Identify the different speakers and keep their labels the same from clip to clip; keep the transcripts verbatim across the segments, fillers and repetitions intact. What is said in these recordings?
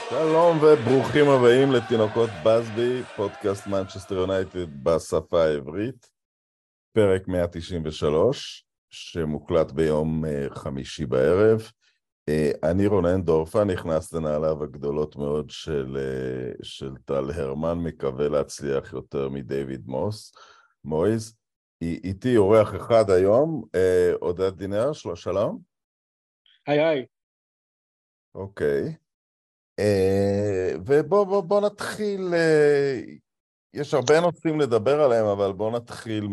Speaker 1: שלום וברוכים הבאים לתינוקות בסבי, פודקאסט מנצ'סטר יונייטד בשפה העברית, פרק מאה תשעים ושלוש, שמוקלט ביום uh, חמישי בערב. Uh, אני רונן דורפה, נכנס לנעליו הגדולות מאוד של, uh, של טל הרמן, מקווה להצליח יותר מדייוויד מוס, מויז. איתי אורח אחד היום, uh, עודד דינר, שלום שלום.
Speaker 2: היי היי.
Speaker 1: אוקיי. Uh, ובוא בוא, בוא נתחיל, uh, יש הרבה נושאים לדבר עליהם, אבל בוא נתחיל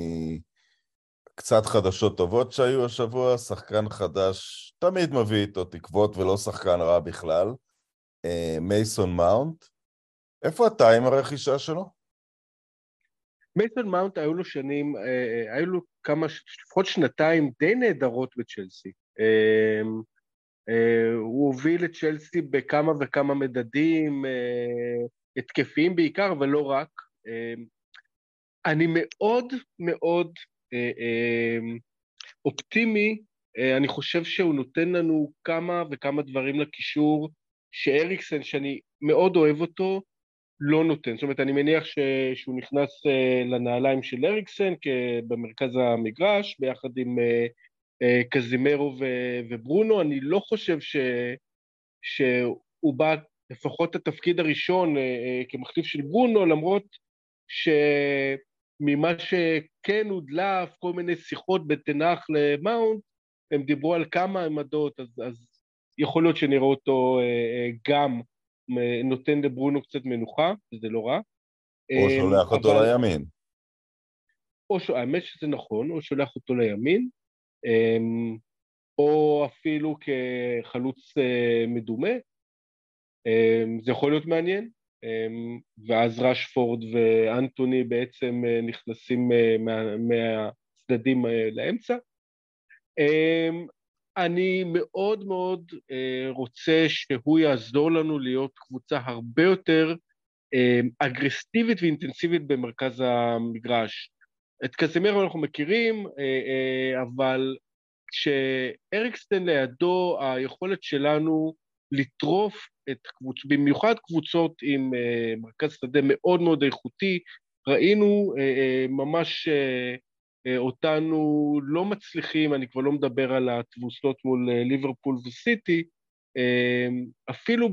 Speaker 1: מקצת חדשות טובות שהיו השבוע. שחקן חדש תמיד מביא איתו תקוות ולא שחקן רע בכלל, uh, מייסון מאונט. איפה אתה עם הרכישה שלו?
Speaker 2: מייסון מאונט היו לו שנים, אה, היו לו כמה, לפחות שנתיים די נהדרות בצ'לסי. אה, אה, הוא הוביל את צ'לסי בכמה וכמה מדדים, אה, התקפיים בעיקר, אבל לא רק. אה, אני מאוד מאוד אה, אה, אופטימי, אה, אני חושב שהוא נותן לנו כמה וכמה דברים לקישור, שאריקסן, שאני מאוד אוהב אותו, לא נותן. זאת אומרת, אני מניח ש... שהוא נכנס uh, לנעליים של אריקסן במרכז המגרש, ביחד עם uh, uh, קזימרו ו... וברונו. אני לא חושב ש... שהוא בא, לפחות התפקיד הראשון, uh, uh, כמחליף של ברונו, למרות שממה שכן הודלף, כל מיני שיחות בתנח למאונט, הם דיברו על כמה עמדות, אז, אז יכול להיות שנראה אותו uh, uh, גם נותן לברונו קצת מנוחה, זה לא רע.
Speaker 1: או שולח אותו
Speaker 2: אבל,
Speaker 1: לימין.
Speaker 2: או ש... האמת שזה נכון, או שולח אותו לימין, או אפילו כחלוץ מדומה, זה יכול להיות מעניין, ואז רשפורד ואנטוני בעצם נכנסים מה... מהצדדים לאמצע. אני מאוד מאוד רוצה שהוא יעזור לנו להיות קבוצה הרבה יותר אגרסיבית ואינטנסיבית במרכז המגרש. את קזימרו אנחנו מכירים, אבל כשאריקסן לידו, היכולת שלנו לטרוף את קבוצות, במיוחד קבוצות עם מרכז שדה מאוד מאוד איכותי, ראינו ממש אותנו לא מצליחים, אני כבר לא מדבר על התבוסות מול ליברפול וסיטי, אפילו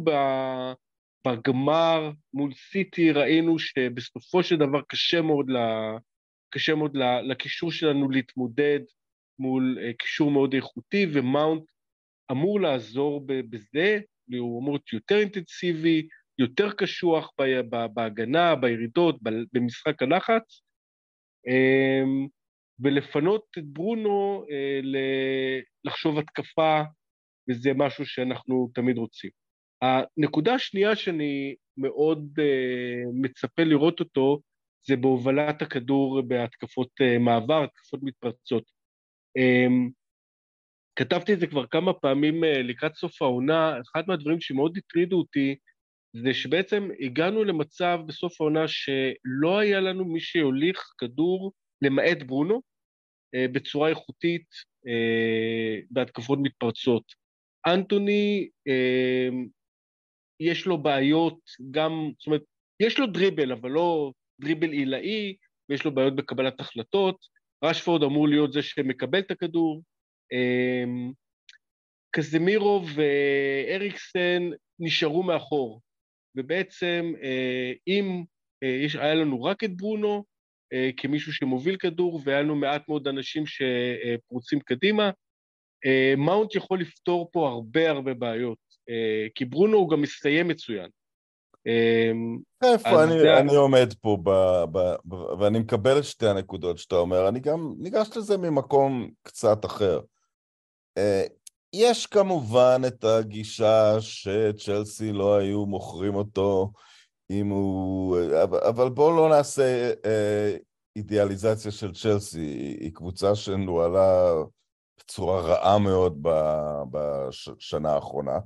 Speaker 2: בגמר מול סיטי ראינו שבסופו של דבר קשה מאוד, קשה מאוד לקישור שלנו להתמודד מול קישור מאוד איכותי, ומאונט אמור לעזור בזה, הוא אמור להיות יותר אינטנסיבי, יותר קשוח בהגנה, בירידות, במשחק הלחץ, ולפנות את ברונו לחשוב התקפה, וזה משהו שאנחנו תמיד רוצים. הנקודה השנייה שאני מאוד uh, מצפה לראות אותו, זה בהובלת הכדור בהתקפות uh, מעבר, התקפות מתפרצות. Um, כתבתי את זה כבר כמה פעמים uh, לקראת סוף העונה, אחד מהדברים שמאוד הטרידו אותי, זה שבעצם הגענו למצב בסוף העונה שלא היה לנו מי שיוליך כדור למעט ברונו, uh, בצורה איכותית uh, בהתקפות מתפרצות. אנטוני, uh, יש לו בעיות גם, זאת אומרת, יש לו דריבל, אבל לא דריבל עילאי, ויש לו בעיות בקבלת החלטות. רשפורד אמור להיות זה שמקבל את הכדור. קזמירו ואריקסן נשארו מאחור, ובעצם אם יש, היה לנו רק את ברונו, כמישהו שמוביל כדור, והיה לנו מעט מאוד אנשים שפרוצים קדימה, מאונט יכול לפתור פה הרבה הרבה בעיות, כי ברונו הוא גם מסיים מצוין.
Speaker 1: איפה אני, זה... אני עומד פה, ב, ב, ב, ואני מקבל את שתי הנקודות שאתה אומר, אני גם ניגש לזה ממקום קצת אחר. יש כמובן את הגישה שצ'לסי לא היו מוכרים אותו, אם הוא, אבל בואו לא נעשה אידיאליזציה של צ'לסי, היא קבוצה שנוהלה בצורה רעה מאוד בשנה האחרונה.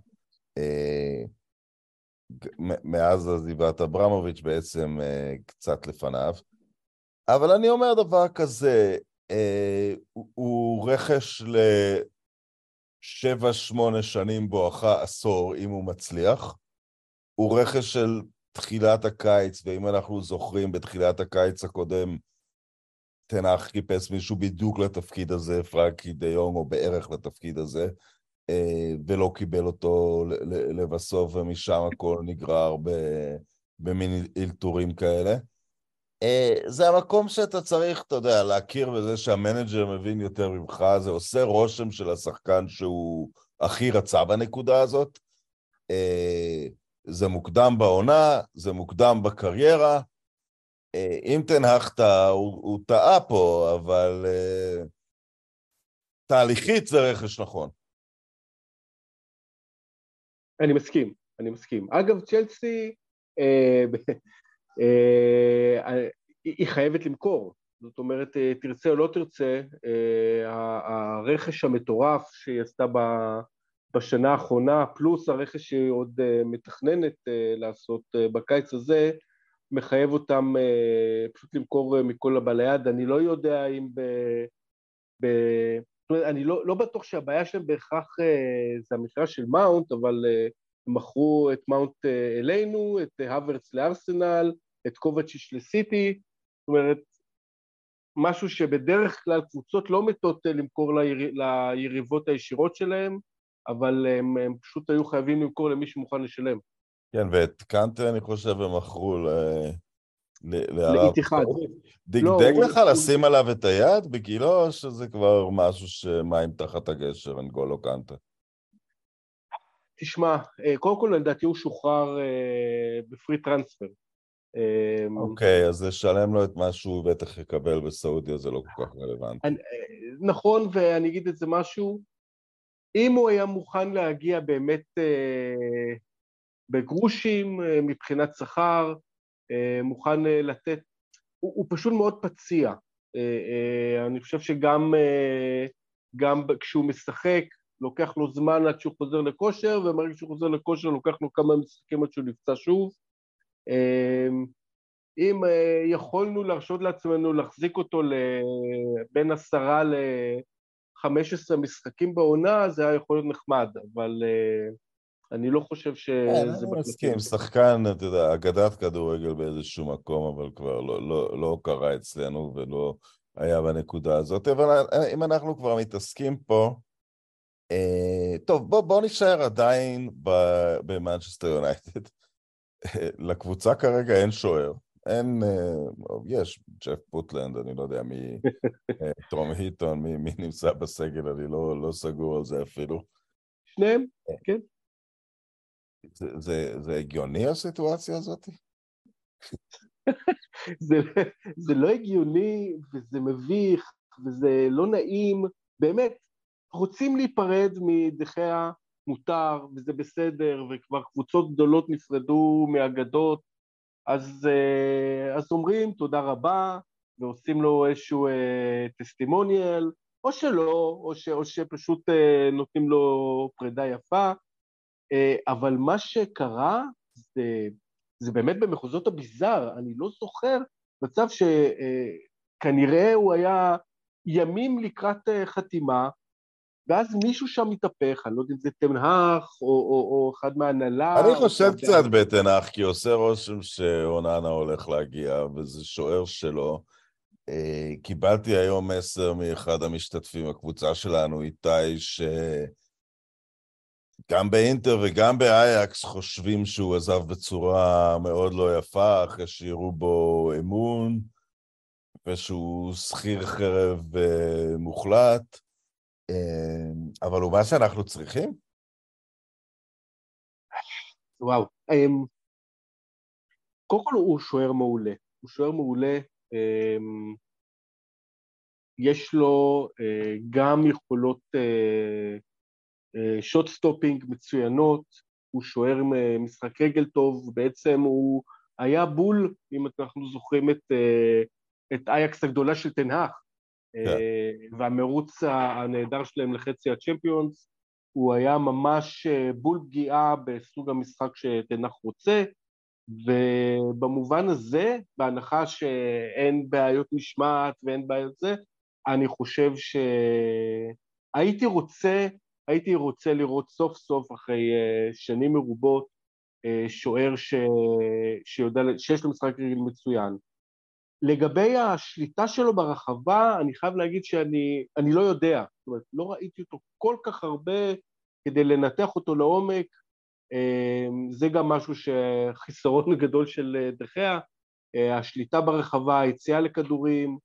Speaker 1: מאז עזיבת אברמוביץ' בעצם קצת לפניו. אבל אני אומר דבר כזה, הוא רכש לשבע שמונה שנים בואכה עשור, אם הוא מצליח. הוא רכש של תחילת הקיץ, ואם אנחנו זוכרים, בתחילת הקיץ הקודם, תנח חיפש מישהו בדיוק לתפקיד הזה, פרנקי דה יונג, או בערך לתפקיד הזה, ולא קיבל אותו לבסוף, ומשם הכל נגרר במין אילתורים כאלה. זה המקום שאתה צריך, אתה יודע, להכיר בזה שהמנג'ר מבין יותר ממך, זה עושה רושם של השחקן שהוא הכי רצה בנקודה הזאת. זה מוקדם בעונה, זה מוקדם בקריירה. אם תנחת, הוא, הוא טעה פה, אבל תהליכית זה רכש נכון.
Speaker 2: אני מסכים, אני מסכים. אגב, צ'לסי, אה, אה, היא חייבת למכור. זאת אומרת, תרצה או לא תרצה, הרכש המטורף שהיא עשתה בשנה האחרונה, פלוס הרכש שהיא עוד מתכננת לעשות בקיץ הזה, מחייב אותם פשוט למכור מכל הבא ליד. אני לא יודע אם ב... ב... אני לא, לא בטוח שהבעיה שלהם בהכרח זה המכירה של מאונט, אבל מכרו את מאונט אלינו, את הוורץ לארסנל, את קובצ'יץ' לסיטי, זאת אומרת, משהו שבדרך כלל קבוצות לא מתות למכור ליר... ליריבות הישירות שלהם, אבל הם, הם פשוט היו חייבים למכור למי שמוכן לשלם.
Speaker 1: כן, ואת קנטה אני חושב הם מכרו ל...
Speaker 2: לאיתיחאד.
Speaker 1: דגדג לך לשים עליו את היד בגילו, שזה כבר משהו שמים תחת הגשר, אנגולו קנטה?
Speaker 2: תשמע, קודם כל לדעתי הוא שוחרר בפרי טרנספר.
Speaker 1: אוקיי, אז לשלם לו את מה שהוא בטח יקבל בסעודיה, זה לא כל כך רלוונטי.
Speaker 2: נכון, ואני אגיד את זה משהו, אם הוא היה מוכן להגיע באמת בגרושים מבחינת שכר, מוכן לתת, הוא, הוא פשוט מאוד פציע. אני חושב שגם גם כשהוא משחק, לוקח לו זמן עד שהוא חוזר לכושר, ומרגע שהוא חוזר לכושר, לוקח לו כמה משחקים עד שהוא נפצע שוב. אם יכולנו להרשות לעצמנו להחזיק אותו בין עשרה ל-חמישה עשר משחקים בעונה, זה היה יכול להיות נחמד, אבל אני לא חושב שזה...
Speaker 1: אני מסכים, שחקן, אתה יודע, אגדת כדורגל באיזשהו מקום, אבל כבר לא, לא, לא קרה אצלנו ולא היה בנקודה הזאת. אבל אם אנחנו כבר מתעסקים פה, טוב, בוא, בוא נשאר עדיין במנצ'סטר יונייטד. לקבוצה כרגע אין שוער. אין, יש, ג'ף פוטלנד, אני לא יודע מי, טום היטון, מי, מי נמצא בסגל, אני לא, לא סגור על זה אפילו.
Speaker 2: שניהם, כן.
Speaker 1: זה, זה, זה הגיוני הסיטואציה הזאת?
Speaker 2: זה, זה לא הגיוני, וזה מביך, וזה לא נעים, באמת, רוצים להיפרד מדחיה מותר, וזה בסדר, וכבר קבוצות גדולות נפרדו מאגדות, אז, אז אומרים תודה רבה, ועושים לו איזשהו טסטימוניאל, או שלא, או, ש, או שפשוט נותנים לו פרידה יפה, אבל מה שקרה זה, זה באמת במחוזות הביזר, אני לא זוכר מצב שכנראה הוא היה ימים לקראת חתימה, ואז מישהו שם מתהפך, אני לא יודע אם זה תנח, או, או, או אחד מהנהלה.
Speaker 1: אני חושב קצת בתנח, כי עושה רושם שאוננה הולך להגיע, וזה שוער שלו. קיבלתי היום מסר מאחד המשתתפים, הקבוצה שלנו, איתי, שגם באינטר וגם באייקס חושבים שהוא עזב בצורה מאוד לא יפה, אחרי שיראו בו אמון, ושהוא שכיר חרב מוחלט. אבל הוא מה שאנחנו צריכים?
Speaker 2: וואו. קודם כל הוא שוער מעולה. הוא שוער מעולה. יש לו גם יכולות שוט סטופינג מצוינות. הוא שוער משחק רגל טוב. בעצם הוא היה בול, אם אנחנו זוכרים את, את אייקס הגדולה של תנח. Yeah. והמרוץ הנהדר שלהם לחצי הצ'מפיונס, הוא היה ממש בול פגיעה בסוג המשחק שתנח רוצה, ובמובן הזה, בהנחה שאין בעיות משמעת ואין בעיות זה, אני חושב שהייתי רוצה, הייתי רוצה לראות סוף סוף אחרי שנים מרובות, שוער ש... שיודע, שיש לו משחק רגל מצוין. לגבי השליטה שלו ברחבה, אני חייב להגיד שאני אני לא יודע, זאת אומרת, לא ראיתי אותו כל כך הרבה כדי לנתח אותו לעומק, זה גם משהו שחיסרון גדול של דחיה, השליטה ברחבה, היציאה לכדורים,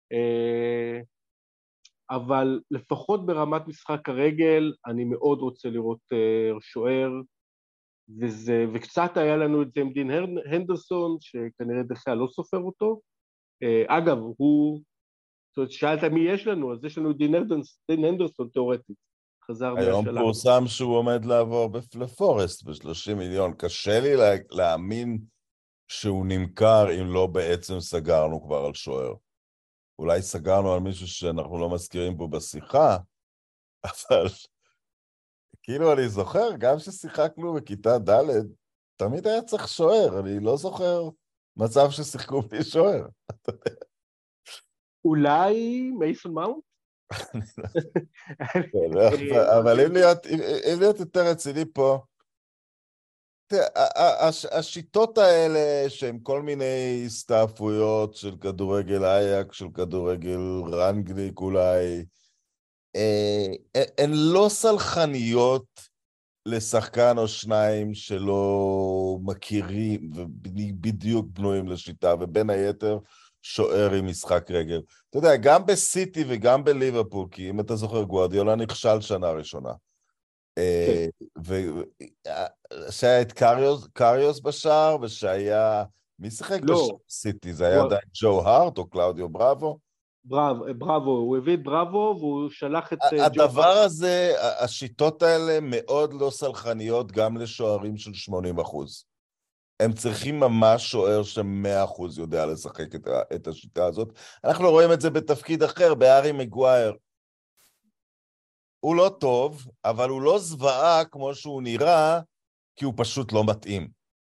Speaker 2: אבל לפחות ברמת משחק הרגל, אני מאוד רוצה לראות שוער, וזה, וקצת היה לנו את זה עם דין הנדרסון, שכנראה דחיה לא סופר אותו. אגב, הוא, זאת אומרת, שאלת מי יש לנו, אז יש לנו דין הנדרסון תיאורטית, חזר מהשלב.
Speaker 1: היום פורסם שהוא עומד לעבור בפורסט ב-שלושים מיליון, קשה לי לה, להאמין שהוא נמכר אם לא בעצם סגרנו כבר על שוער. אולי סגרנו על מישהו שאנחנו לא מזכירים פה בשיחה, אבל כאילו אני זוכר, גם ששיחקנו בכיתה ד' תמיד היה צריך שוער, אני לא זוכר מצב ששיחקו בלי שוער.
Speaker 2: אולי מייסון מאונט?
Speaker 1: אבל אם להיות יותר רציני פה, השיטות האלה שהן כל מיני הסתעפויות של כדורגל אייק, של כדורגל רנגניק אולי, הן לא סלחניות לשחקן או שניים שלא מכירים ובדיוק בנויים לשיטה, ובין היתר שוער עם משחק רגל. אתה יודע, גם בסיטי וגם בליברפול, כי אם אתה זוכר, גוארדיולה נכשל שנה ראשונה. ושהיה את קריוס בשער, ושהיה, מי שיחק בסיטי? זה היה עדיין ג'ו הארט או קלאודיו בראבו?
Speaker 2: בראבו, הוא הביא את בראבו והוא שלח את ג'ו הארט.
Speaker 1: הדבר הזה, השיטות האלה מאוד לא סלחניות גם לשוערים של שמונים אחוז. הם צריכים ממש שוער ש-מאה אחוז יודע לשחק את, את השיטה הזאת. אנחנו רואים את זה בתפקיד אחר, בהארי מגווייר. הוא לא טוב, אבל הוא לא זוועה כמו שהוא נראה, כי הוא פשוט לא מתאים.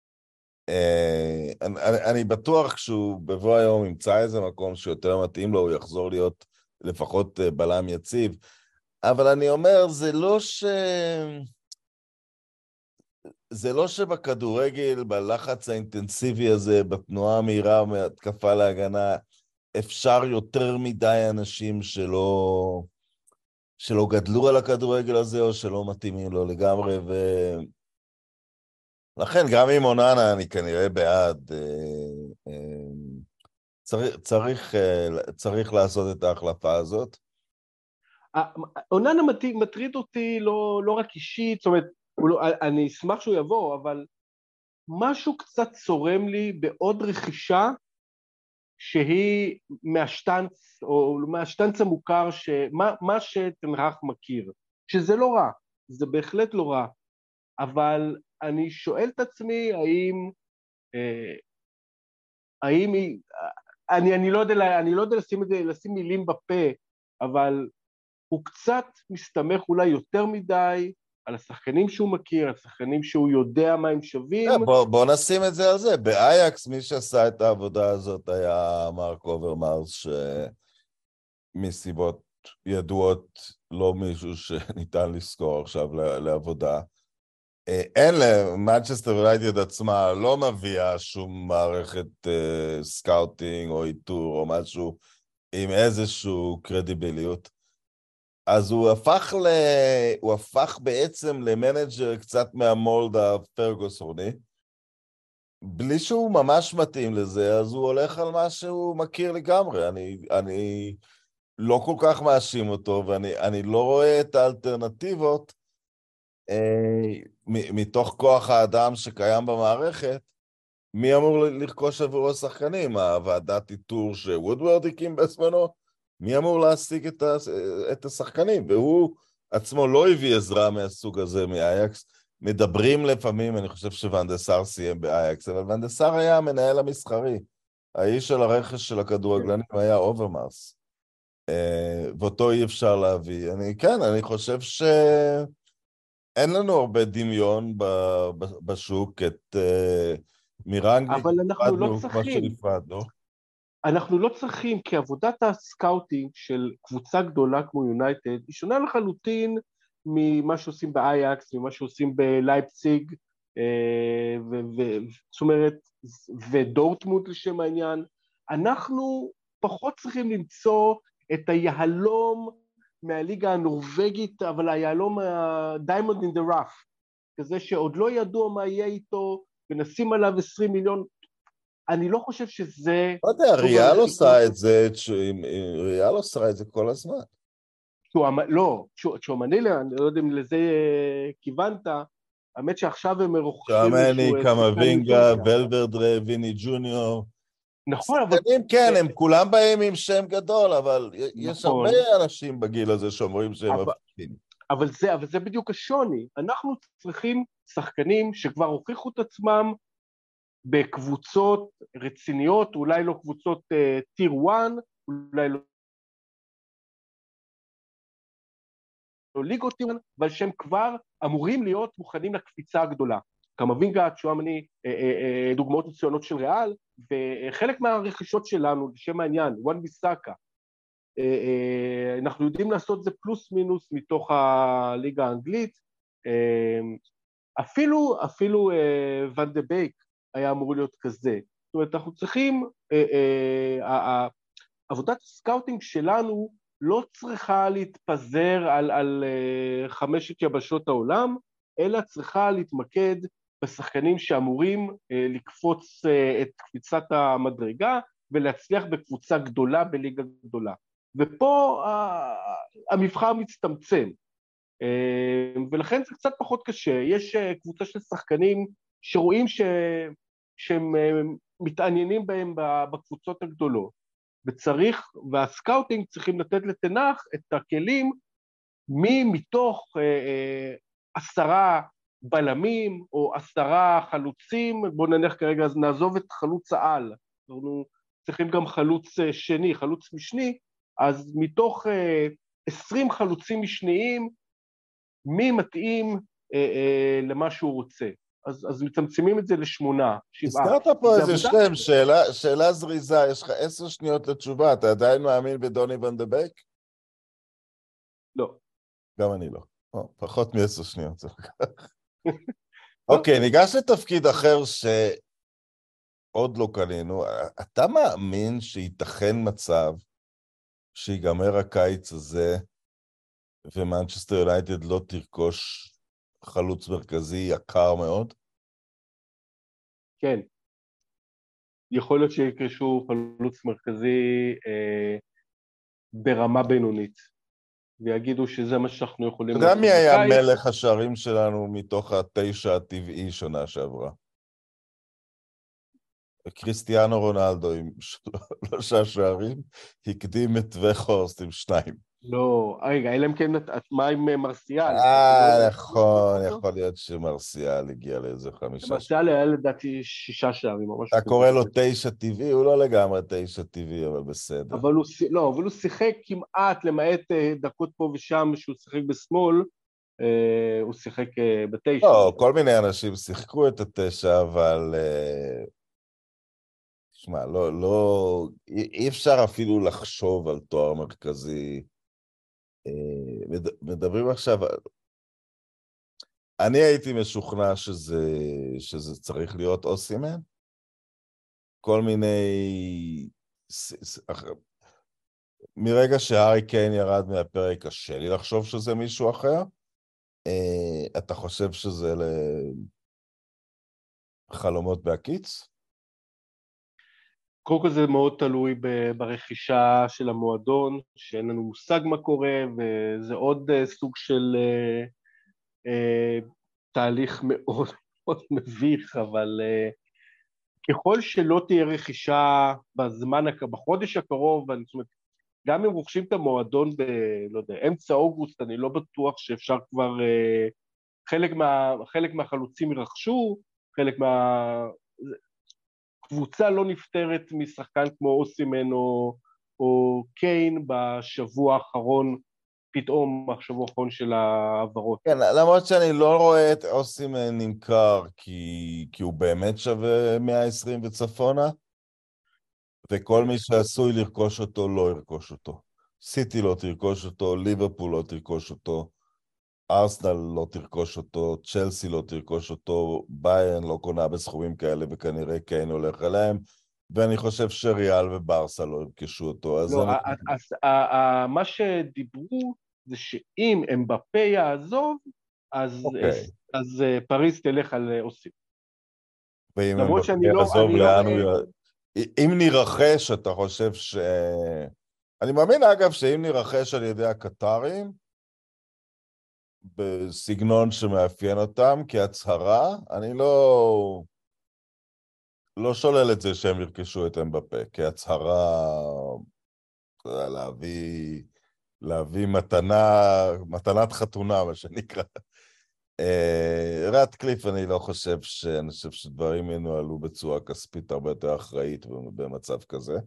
Speaker 1: אני, אני בטוח כשהוא בבוא היום ימצא איזה מקום שיותר מתאים לו, הוא יחזור להיות לפחות בלם יציב. אבל אני אומר, זה לא ש... זה לא שבכדורגל, בלחץ האינטנסיבי הזה, בתנועה המהירה מהתקפה להגנה, אפשר יותר מדי אנשים שלא, שלא גדלו על הכדורגל הזה, או שלא מתאימים לו לגמרי, ולכן גם עם אוננה אני כנראה בעד, צריך, צריך, צריך לעשות את ההחלפה הזאת.
Speaker 2: אוננה מטריד אותי לא, לא רק אישית, זאת אומרת, לא, אני אשמח שהוא יבוא, אבל משהו קצת צורם לי בעוד רכישה שהיא מהשטנץ, או מהשטנץ המוכר, שמה, מה שתנרח מכיר, שזה לא רע, זה בהחלט לא רע, אבל אני שואל את עצמי האם, אה, האם היא, אני, אני לא יודע, אני לא יודע לשים, את זה, לשים מילים בפה, אבל הוא קצת מסתמך אולי יותר מדי, על השחקנים שהוא מכיר, על השחקנים שהוא יודע מה הם שווים.
Speaker 1: בוא, בוא נשים את זה על זה. באייקס מי שעשה את העבודה הזאת היה מרק אוברמארס, שמסיבות ידועות לא מישהו שניתן לזכור עכשיו לעבודה. אין למנצ'סטר יונייטד עצמה לא מביאה שום מערכת uh, סקאוטינג או איתור או משהו עם איזשהו קרדיביליות. אז הוא הפך, ל... הוא הפך בעצם למנג'ר קצת מהמולד הפרגוסוני, בלי שהוא ממש מתאים לזה, אז הוא הולך על מה שהוא מכיר לגמרי. אני, אני לא כל כך מאשים אותו, ואני אני לא רואה את האלטרנטיבות אה, מתוך כוח האדם שקיים במערכת, מי אמור לרכוש עבורו שחקנים? הוועדת איתור שוודוורד הקים בזמנו? מי אמור להשיג את, ה, את השחקנים? והוא עצמו לא הביא עזרה מהסוג הזה מאייקס. מדברים לפעמים, אני חושב שוונדסאר סיים באייקס, אבל וונדסאר היה המנהל המסחרי. האיש של הרכש של הכדורגלנים היה אוברמארס. ואותו אי אפשר להביא. אני, כן, אני חושב שאין לנו הרבה דמיון בשוק, את מירנגליק,
Speaker 2: אבל אנחנו לא צריכים.
Speaker 1: שנפרדנו.
Speaker 2: אנחנו לא צריכים, כי עבודת הסקאוטינג של קבוצה גדולה כמו יונייטד, היא שונה לחלוטין ממה שעושים באייקס, ממה שעושים בלייפציג, זאת אומרת, ודורטמונד לשם העניין, אנחנו פחות צריכים למצוא את היהלום מהליגה הנורווגית, אבל היהלום ה-diamond in the rough, כזה שעוד לא ידוע מה יהיה איתו, ונשים עליו עשרים מיליון, אני לא חושב שזה...
Speaker 1: לא יודע, ריאל עושה את זה, ריאל עושה את זה כל הזמן.
Speaker 2: לא, צ'ואמני, אני לא יודע אם לזה כיוונת, האמת שעכשיו הם מרוכשים...
Speaker 1: צ'ואמני, קמבינגה, ולברדרה, ויני ג'וניור.
Speaker 2: נכון, אבל...
Speaker 1: כן, הם כולם באים עם שם גדול, אבל יש הרבה אנשים בגיל הזה שאומרים שהם מבחינים.
Speaker 2: אבל זה, אבל זה בדיוק השוני. אנחנו צריכים שחקנים שכבר הוכיחו את עצמם בקבוצות רציניות, אולי לא קבוצות טיר וואן, אולי לא... לא ליגות טיר וואן, אבל שהם כבר אמורים להיות מוכנים לקפיצה הגדולה. קמבינגה, צ'ואמני, דוגמאות מצוינות של ריאל, וחלק מהרכישות שלנו, לשם העניין, וואן ביסאקה, אנחנו יודעים לעשות זה פלוס מינוס מתוך הליגה האנגלית, אפילו, אפילו ואן דה בייק היה אמור להיות כזה. זאת אומרת, אנחנו צריכים, עבודת הסקאוטינג שלנו לא צריכה להתפזר על, על חמשת יבשות העולם, אלא צריכה להתמקד בשחקנים שאמורים לקפוץ את קפיצת המדרגה, ולהצליח בקבוצה גדולה בליגה גדולה. ופה המבחר מצטמצם, ולכן זה קצת פחות קשה. יש קבוצה של שחקנים שרואים ש... שהם מתעניינים בהם בקבוצות הגדולות, וצריך, והסקאוטינג צריכים לתת לתנח את הכלים מי מתוך עשרה בלמים או עשרה חלוצים, בואו נניח כרגע, אז נעזוב את חלוץ העל, אנחנו צריכים גם חלוץ שני, חלוץ משני, אז מתוך עשרים חלוצים משניים, מי מתאים למה שהוא רוצה. אז, אז מצמצמים את זה לשמונה, שבעה.
Speaker 1: הזכרת פה איזה שם, שאלה, שאלה זריזה, יש לך עשר שניות לתשובה, אתה עדיין מאמין בדוני ון דה בייק?
Speaker 2: לא.
Speaker 1: גם אני לא. או, פחות מעשר שניות. אוקיי, ניגש לתפקיד אחר שעוד לא קנינו. אתה מאמין שייתכן מצב שיגמר הקיץ הזה ומנצ'סטר יונייטד לא תרכוש חלוץ מרכזי יקר מאוד?
Speaker 2: כן. יכול להיות שיקרשו חלוץ מרכזי אה, ברמה בינונית, ויגידו שזה מה שאנחנו יכולים...
Speaker 1: אתה יודע מי היה מלך השערים שלנו מתוך התשע הטבעי שנה שעברה? קריסטיאנו רונלדו עם שלושה שערים, הקדים את וחורסט עם שניים.
Speaker 2: לא, רגע, אלא אם כן, מה עם מרסיאל?
Speaker 1: אה, נכון, יכול להיות שמרסיאל הגיע לאיזה חמישה.
Speaker 2: מרסיאל היה לדעתי שישה שערים.
Speaker 1: אתה קורא לו תשע טבעי, הוא לא לגמרי תשע טבעי, אבל בסדר.
Speaker 2: אבל הוא, לא, אבל הוא שיחק כמעט, למעט דקות פה ושם שהוא שיחק בשמאל, הוא שיחק בתשע.
Speaker 1: לא, כל מיני אנשים שיחקו את התשע, אבל... תשמע, לא, לא... אי אפשר אפילו לחשוב על תואר מרכזי. מדברים עכשיו, אני הייתי משוכנע שזה, שזה צריך להיות אוסימן, כל מיני, מרגע שהארי קיין ירד מהפרק, קשה לי לחשוב שזה מישהו אחר. אתה חושב שזה לחלומות בהקיץ?
Speaker 2: קודם כל זה מאוד תלוי ברכישה של המועדון, שאין לנו מושג מה קורה, וזה עוד סוג של אה, אה, תהליך מאוד מאוד מביך, אבל אה, ככל שלא תהיה רכישה בזמן, בחודש הקרוב, אני, זאת אומרת, גם אם רוכשים את המועדון ב, לא יודע, אמצע אוגוסט, אני לא בטוח שאפשר כבר, אה, חלק, מה, חלק מהחלוצים ירכשו, חלק מה... קבוצה לא נפטרת משחקן כמו אוסימן או, או קיין בשבוע האחרון, פתאום השבוע האחרון של העברות.
Speaker 1: כן, למרות שאני לא רואה את אוסימן נמכר, כי, כי הוא באמת שווה מאה ועשרים וצפונה, וכל מי שעשוי לרכוש אותו לא ירכוש אותו. סיטי לא תרכוש אותו, ליברפול לא תרכוש אותו. ארסנל לא תרכוש אותו, צ'לסי לא תרכוש אותו, ביירן לא קונה בסכומים כאלה, וכנראה קיין הולך אליהם, ואני חושב שריאל וברסה לא ירכשו אותו. אז
Speaker 2: לא,
Speaker 1: אני...
Speaker 2: אז מה שדיברו זה שאם אמבפה יעזוב, אז,
Speaker 1: אוקיי.
Speaker 2: אז פריז תלך על אוסיף.
Speaker 1: ואם
Speaker 2: למרות
Speaker 1: אמבפה
Speaker 2: שאני לא,
Speaker 1: יעזוב,
Speaker 2: אני לא
Speaker 1: לאן
Speaker 2: רואה...
Speaker 1: הוא... אם נרחש, אתה חושב ש... אני מאמין, אגב, שאם נרחש על ידי הקטרים, בסגנון שמאפיין אותם כהצהרה, אני לא... לא שולל את זה שהם ירכשו את אמבפה, כהצהרה, אתה יודע, להביא, להביא מתנה, מתנת חתונה, מה שנקרא. רטקליף, אני לא חושב ש... אני חושב שדברים ינוהלו בצורה כספית הרבה יותר אחראית במצב כזה.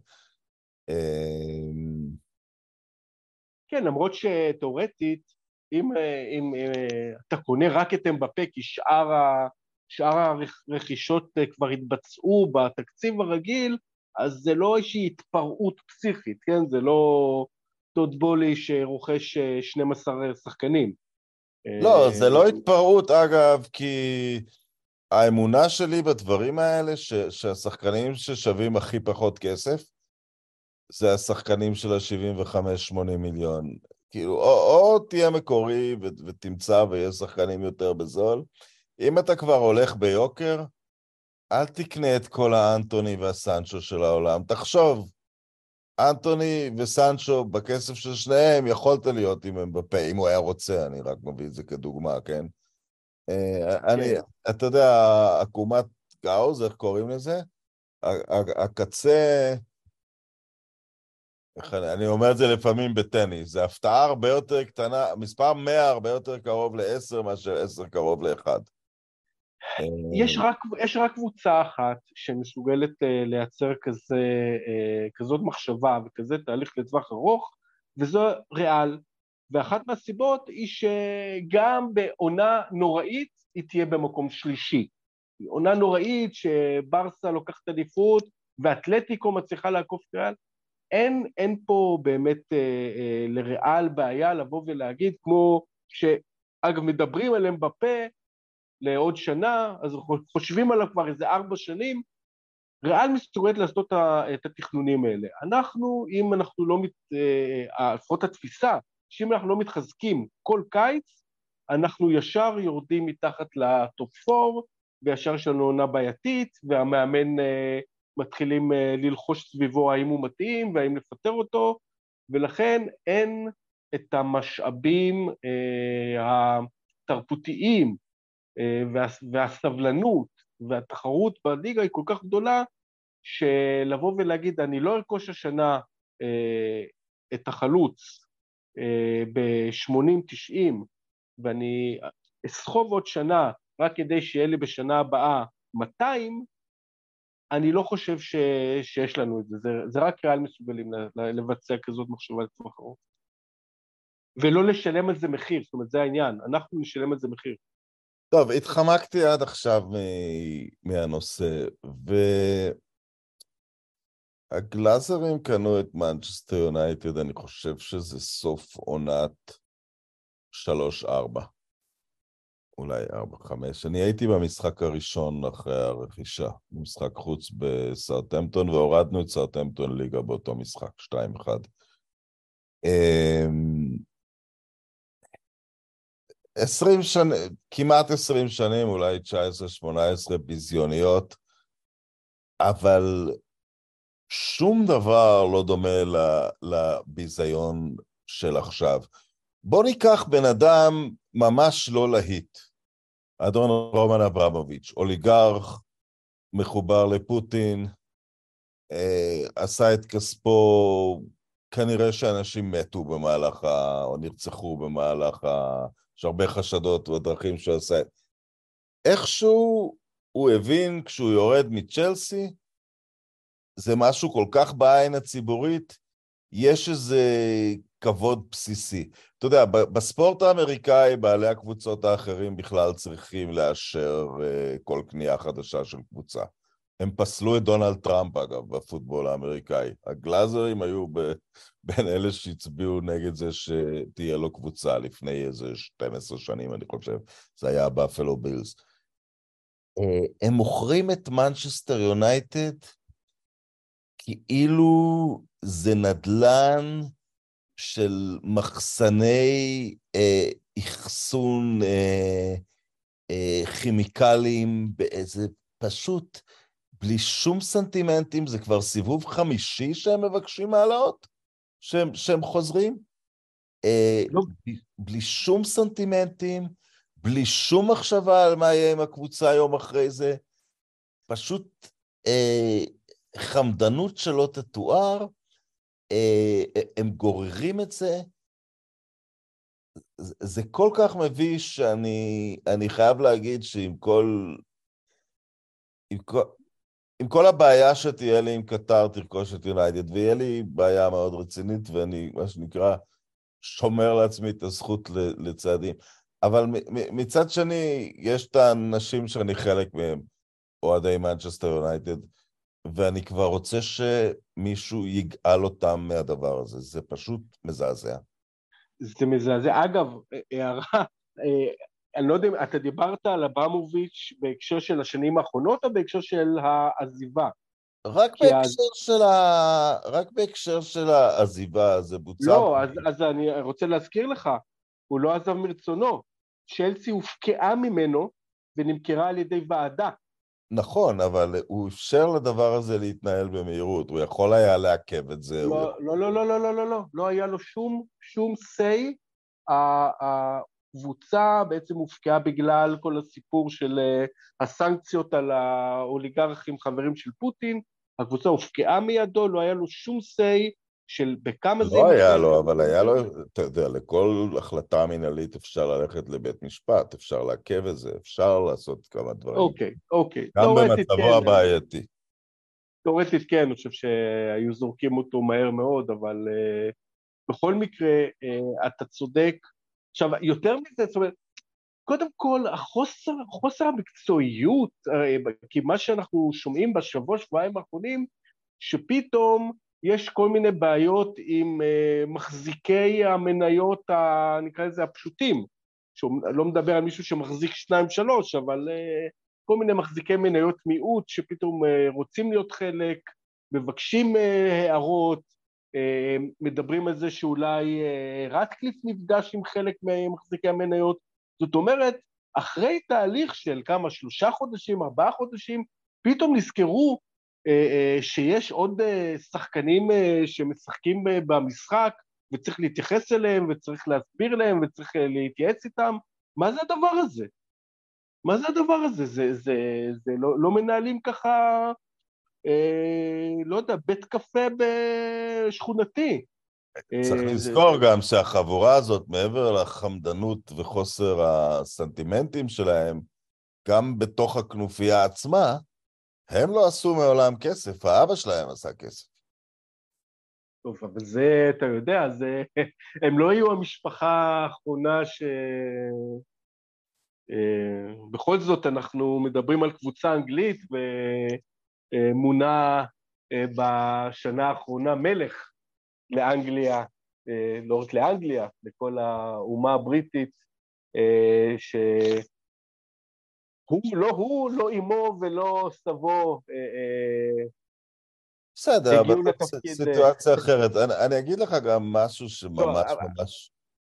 Speaker 2: כן, למרות שתאורטית, אם, אם, אם אתה קונה רק את אמבפה, כי שאר, ה, שאר הרכישות כבר התבצעו בתקציב הרגיל, אז זה לא איזושהי התפרעות פסיכית, כן? זה לא טוד בולי שרוכש שנים עשר שחקנים.
Speaker 1: לא, זה לא התפרעות, אגב, כי האמונה שלי בדברים האלה, ש, שהשחקנים ששווים הכי פחות כסף, זה השחקנים של ה-שבעים וחמש שמונים מיליון. כאילו, או, או תהיה מקורי ו, ותמצא ויש שחקנים יותר בזול. אם אתה כבר הולך ביוקר, אל תקנה את כל האנטוני והסנצ'ו של העולם. תחשוב, אנטוני וסנצ'ו בכסף של שניהם יכולת להיות עם אמבפה, אם הוא היה רוצה, אני רק מביא את זה כדוגמה, כן? אני, אתה יודע, עקומת גאוז, איך קוראים לזה? הקצה, אני אומר את זה לפעמים בטניס, זה הפתעה הרבה יותר קטנה, מספר מאה הרבה יותר קרוב ל-עשר מאשר עשר קרוב ל-אחד.
Speaker 2: יש רק, יש רק קבוצה אחת שמסוגלת uh, לייצר כזה, uh, כזאת מחשבה וכזה תהליך לטווח ארוך, וזו ריאל. ואחת מהסיבות היא שגם בעונה נוראית היא תהיה במקום שלישי. עונה נוראית שברסה לוקחת עדיפות ואתלטיקו מצליחה לעקוף ריאל, אין, אין פה באמת uh, uh, לריאל בעיה לבוא ולהגיד, כמו שאגב מדברים עליהם בפה, לעוד שנה, אז חושבים עליו כבר איזה ארבע שנים, ריאל מסוגלת לעשות את התכנונים האלה. אנחנו, אם אנחנו לא, מת, לפחות התפיסה, שאם אנחנו לא מתחזקים כל קיץ, אנחנו ישר יורדים מתחת לטופ פור, וישר יש לנו עונה בעייתית, והמאמן מתחילים ללחוש סביבו האם הוא מתאים, והאם לפטר אותו, ולכן אין את המשאבים התרבותיים, וה, והסבלנות והתחרות בליגה היא כל כך גדולה, שלבוא ולהגיד, אני לא ארכוש השנה אה, את החלוץ אה, ב-שמונים תשעים, ואני אסחוב עוד שנה רק כדי שיהיה לי בשנה הבאה מאתיים, אני לא חושב ש, שיש לנו את זה. זה, זה רק ריאל מסוגלים לבצע כזאת מחשבה לטווח ארוך. ולא לשלם על זה מחיר, זאת אומרת, זה העניין, אנחנו נשלם על זה מחיר.
Speaker 1: טוב, התחמקתי עד עכשיו מהנושא, והגלאזרים קנו את מנצ'סטר יונייטד, אני חושב שזה סוף עונת שלוש ארבע, אולי ארבע חמש. אני הייתי במשחק הראשון אחרי הרכישה, במשחק חוץ בסאות'המפטון, והורדנו את סאות'המפטון ליגה באותו משחק, שתיים אחד. עשרים שנים, כמעט עשרים שנים, אולי תשע עשרה שמונה עשרה ביזיוניות, אבל שום דבר לא דומה לביזיון של עכשיו. בוא ניקח בן אדם ממש לא להיט, אדון רומן אברמוביץ', אוליגרך, מחובר לפוטין, אה, עשה את כספו, כנראה שאנשים מתו במהלך, ה, או נרצחו במהלך ה... יש הרבה חשדות ודרכים שהוא עושה. איכשהו הוא הבין כשהוא יורד מצ'לסי, זה משהו כל כך בעין הציבורית, יש איזה כבוד בסיסי. אתה יודע, בספורט האמריקאי, בעלי הקבוצות האחרים בכלל צריכים לאשר uh, כל קנייה חדשה של קבוצה. הם פסלו את דונלד טראמפ, אגב, בפוטבול האמריקאי. הגלאזרים היו ב... בין אלה שהצביעו נגד זה שתהיה לו קבוצה לפני איזה שתים עשרה שנים, אני חושב. זה היה באפלו בילס. הם מוכרים את מנצ'סטר יונייטד כאילו זה נדלן של מחסני אה, אחסון אה, אה, כימיקלים באיזה פשוט בלי שום סנטימנטים, זה כבר סיבוב חמישי שהם מבקשים העלות, שהם, שהם חוזרים, אה,
Speaker 2: לא.
Speaker 1: בלי, בלי שום סנטימנטים, בלי שום מחשבה על מה יהיה עם הקבוצה יום אחרי זה, פשוט אה, חמדנות שלא תתואר, אה, הם גוררים את זה, זה, זה כל כך מביש שאני אני חייב להגיד שעם כל, עם כל, עם כל הבעיה שתהיה לי עם קטר תרכוש את יונייטד, ויהיה לי בעיה מאוד רצינית, ואני, מה שנקרא, שומר לעצמי את הזכות לצעדים. אבל מצד שני, יש את האנשים שאני חלק מהם, אוהדי מנצ'סטר יונייטד, ואני כבר רוצה שמישהו יגאל אותם מהדבר הזה. זה פשוט מזעזע.
Speaker 2: זה מזעזע. אגב, הערה, אני לא יודע אם אתה דיברת על אברמוביץ' בהקשר של השנים האחרונות, או בהקשר של העזיבה?
Speaker 1: רק בהקשר של ה... רק בהקשר של העזיבה, זה בוצע...
Speaker 2: לא, אז, אז אני רוצה להזכיר לך, הוא לא עזב מרצונו. צ'לסי הופקעה ממנו ונמכרה על ידי ועדה.
Speaker 1: נכון, אבל הוא אפשר לדבר הזה להתנהל במהירות, הוא יכול היה לעכב את זה.
Speaker 2: לא,
Speaker 1: הוא...
Speaker 2: לא, לא, לא, לא, לא, לא, לא, לא היה לו שום, שום say. הקבוצה בעצם הופקעה בגלל כל הסיפור של הסנקציות על האוליגרכים חברים של פוטין, הקבוצה הופקעה מידו, לא היה לו שום say של בכמה זה...
Speaker 1: לא היה לו, אבל היה לו, אתה יודע, לכל החלטה מנהלית אפשר ללכת לבית משפט, אפשר לעכב את זה, אפשר לעשות כמה דברים.
Speaker 2: אוקיי, אוקיי.
Speaker 1: גם במצבו הבעייתי.
Speaker 2: תיאורטית כן, אני חושב שהיו זורקים אותו מהר מאוד, אבל uh, בכל מקרה, uh, אתה צודק. עכשיו, יותר מזה, זאת אומרת, קודם כל, החוסר, חוסר המקצועיות, uh, כי מה שאנחנו שומעים בשבוע, שבועיים האחרונים, שפתאום יש כל מיני בעיות עם uh, מחזיקי המניות, ה, נקרא לזה הפשוטים, שלא מדבר על מישהו שמחזיק שניים שלוש, אבל... Uh, כל מיני מחזיקי מניות מיעוט שפתאום רוצים להיות חלק, מבקשים הערות, מדברים על זה שאולי רטקליף נפגש עם חלק ממחזיקי המניות. זאת אומרת, אחרי תהליך של כמה, שלושה חודשים, ארבעה חודשים, פתאום נזכרו שיש עוד שחקנים שמשחקים במשחק, וצריך להתייחס אליהם, וצריך להסביר להם, וצריך להתייעץ איתם. מה זה הדבר הזה? מה זה הדבר הזה? זה, זה, זה לא, לא מנהלים ככה, אה, לא יודע, בית קפה בשכונתי.
Speaker 1: צריך
Speaker 2: אה,
Speaker 1: לזכור
Speaker 2: זה,
Speaker 1: גם שהחבורה הזאת, מעבר לחמדנות וחוסר הסנטימנטים שלהם, גם בתוך הכנופיה עצמה, הם לא עשו מעולם כסף, האבא שלהם עשה כסף.
Speaker 2: טוב, אבל זה, אתה יודע, זה, הם לא היו המשפחה האחרונה ש... בכל זאת אנחנו מדברים על קבוצה אנגלית ומונה בשנה האחרונה מלך לאנגליה, לא רק לאנגליה, לכל האומה הבריטית, שהוא לא הוא, לא אמו ולא סבו
Speaker 1: בסדר, אבל
Speaker 2: לתפקיד...
Speaker 1: זו סיטואציה אחרת. אני, אני אגיד לך גם משהו שממש ממש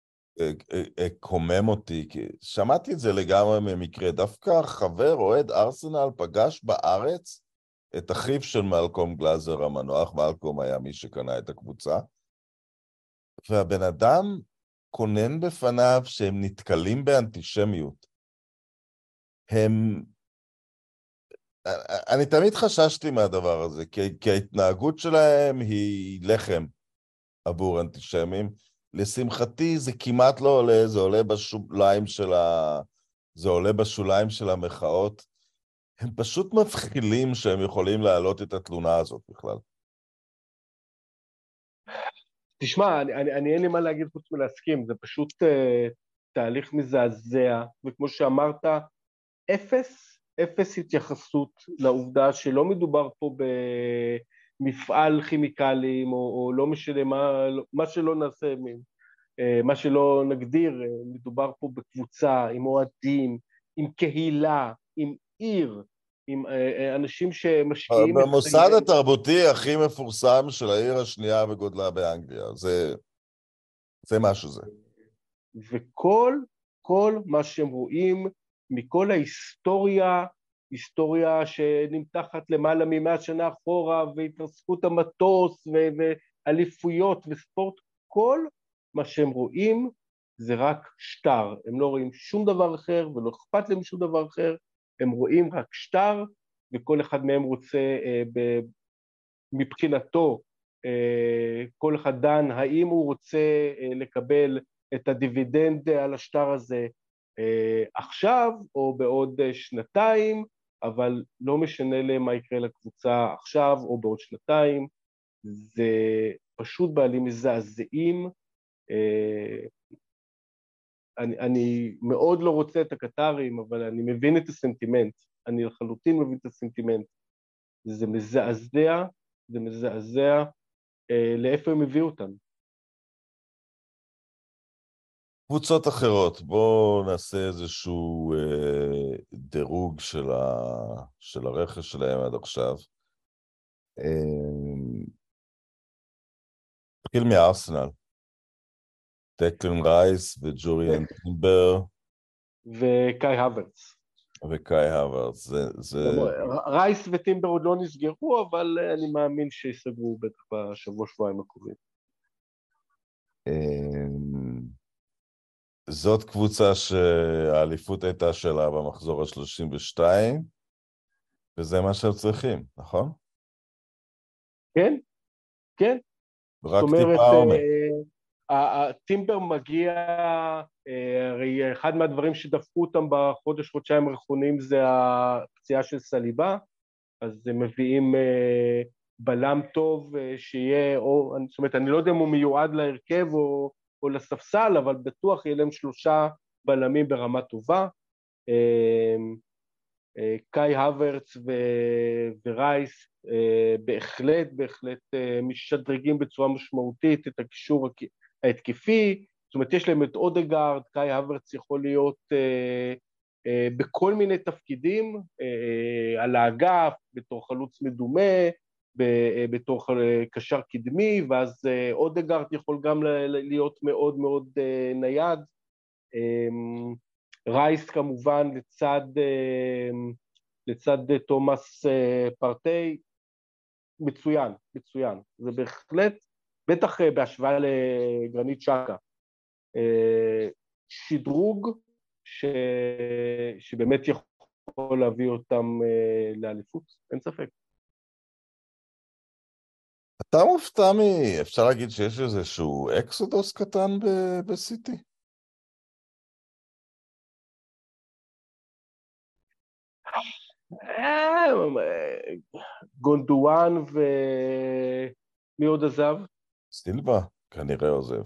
Speaker 1: קומם אותי, כי שמעתי את זה לגמרי ממקרה. דווקא חבר אוהד ארסנל פגש בארץ את אחיו של מלקום גלאזר המנוח. מלקום היה מי שקנה את הקבוצה, והבן אדם קונן בפניו שהם נתקלים באנטישמיות. הם... אני תמיד חששתי מהדבר הזה, כי, כי ההתנהגות שלהם היא לחם עבור אנטישמים. לשמחתי זה כמעט לא עולה, זה עולה בשוליים של ה... זה עולה בשוליים של המחאות. הם פשוט מבחילים שהם יכולים להעלות את התלונה הזאת בכלל.
Speaker 2: תשמע, אני, אני, אני אין לי מה להגיד חוץ מלהסכים, זה פשוט uh, תהליך מזעזע, וכמו שאמרת, אפס אפס התייחסות לעובדה שלא מדובר פה במפעל כימיקלים, או, או לא משנה מה, מה שלא נעשה, מה שלא נגדיר, מדובר פה בקבוצה, עם אוהדים, עם קהילה, עם עיר, עם אנשים שמשקיעים את
Speaker 1: במוסד
Speaker 2: חייהם.
Speaker 1: התרבותי הכי מפורסם של העיר השנייה בגודלה באנגליה, זה, זה משהו זה.
Speaker 2: וכל, כל מה שהם רואים מכל ההיסטוריה, היסטוריה שנמתחת למעלה ממאה שנה אחורה, והתרסקות המטוס, ואליפויות וספורט, כל מה שהם רואים זה רק שטר. הם לא רואים שום דבר אחר, ולא אכפת להם שום דבר אחר, הם רואים רק שטר, וכל אחד מהם רוצה, אה, ב, מבחינתו, אה, כל אחד דן, האם הוא רוצה אה, לקבל את הדיבידנד על השטר הזה אה, עכשיו, או בעוד אה, שנתיים, אבל לא משנה להם מה יקרה לקבוצה עכשיו, או בעוד שנתיים, זה פשוט בעלים מזעזעים. אה, אני, אני מאוד לא רוצה את הקטרים, אבל אני מבין את הסנטימנט, אני לחלוטין מבין את הסנטימנט. זה מזעזע, זה מזעזע, אה, לאיפה הם הביאו אותם.
Speaker 1: קבוצות אחרות, בואו נעשה איזשהו אה, דירוג של, ה, של הרכש שלהם עד עכשיו. אה, תתחיל מארסנל. דקלן רייס וג'וריאן טימבר.
Speaker 2: וקאי הוורץ.
Speaker 1: וקאי הוורץ. זה, זה...
Speaker 2: רייס וטימבר עוד לא נסגרו, אבל אני מאמין שיסגרו בטח בשבוע שבועיים הקרובים.
Speaker 1: זאת קבוצה שהאליפות הייתה שלה במחזור ה-שלושים ושתיים, וזה מה שהם צריכים, נכון?
Speaker 2: כן, כן.
Speaker 1: רק טיפה עומק.
Speaker 2: הטימבר מגיע, הרי אחד מהדברים שדפקו אותם בחודש, חודשיים האחרונים זה הפציעה של סליבה, אז הם מביאים בלם טוב שיהיה, או, זאת אומרת, אני לא יודע אם הוא מיועד להרכב או, או לספסל, אבל בטוח יהיה להם שלושה בלמים ברמה טובה. קאי הוורץ ורייס בהחלט, בהחלט משדרגים בצורה משמעותית את הקישור ההתקפי, זאת אומרת, יש להם את אודגארד, קאי הוורץ יכול להיות בכל מיני תפקידים, על האגף, בתור חלוץ מדומה, בתור קשר קדמי, ואז אודגארד יכול גם להיות מאוד מאוד נייד. רייס כמובן לצד, לצד תומאס פרטי, מצוין, מצוין. זה בהחלט, בטח בהשוואה לגרנית שקה, שדרוג ש... שבאמת יכול להביא אותם לאליפות, אין ספק.
Speaker 1: אתה מופתע מ... אפשר להגיד שיש איזשהו אקסודוס קטן ב- בסיטי?
Speaker 2: גונדואן ומי עוד עזב?
Speaker 1: סילבה, כנראה עוזב.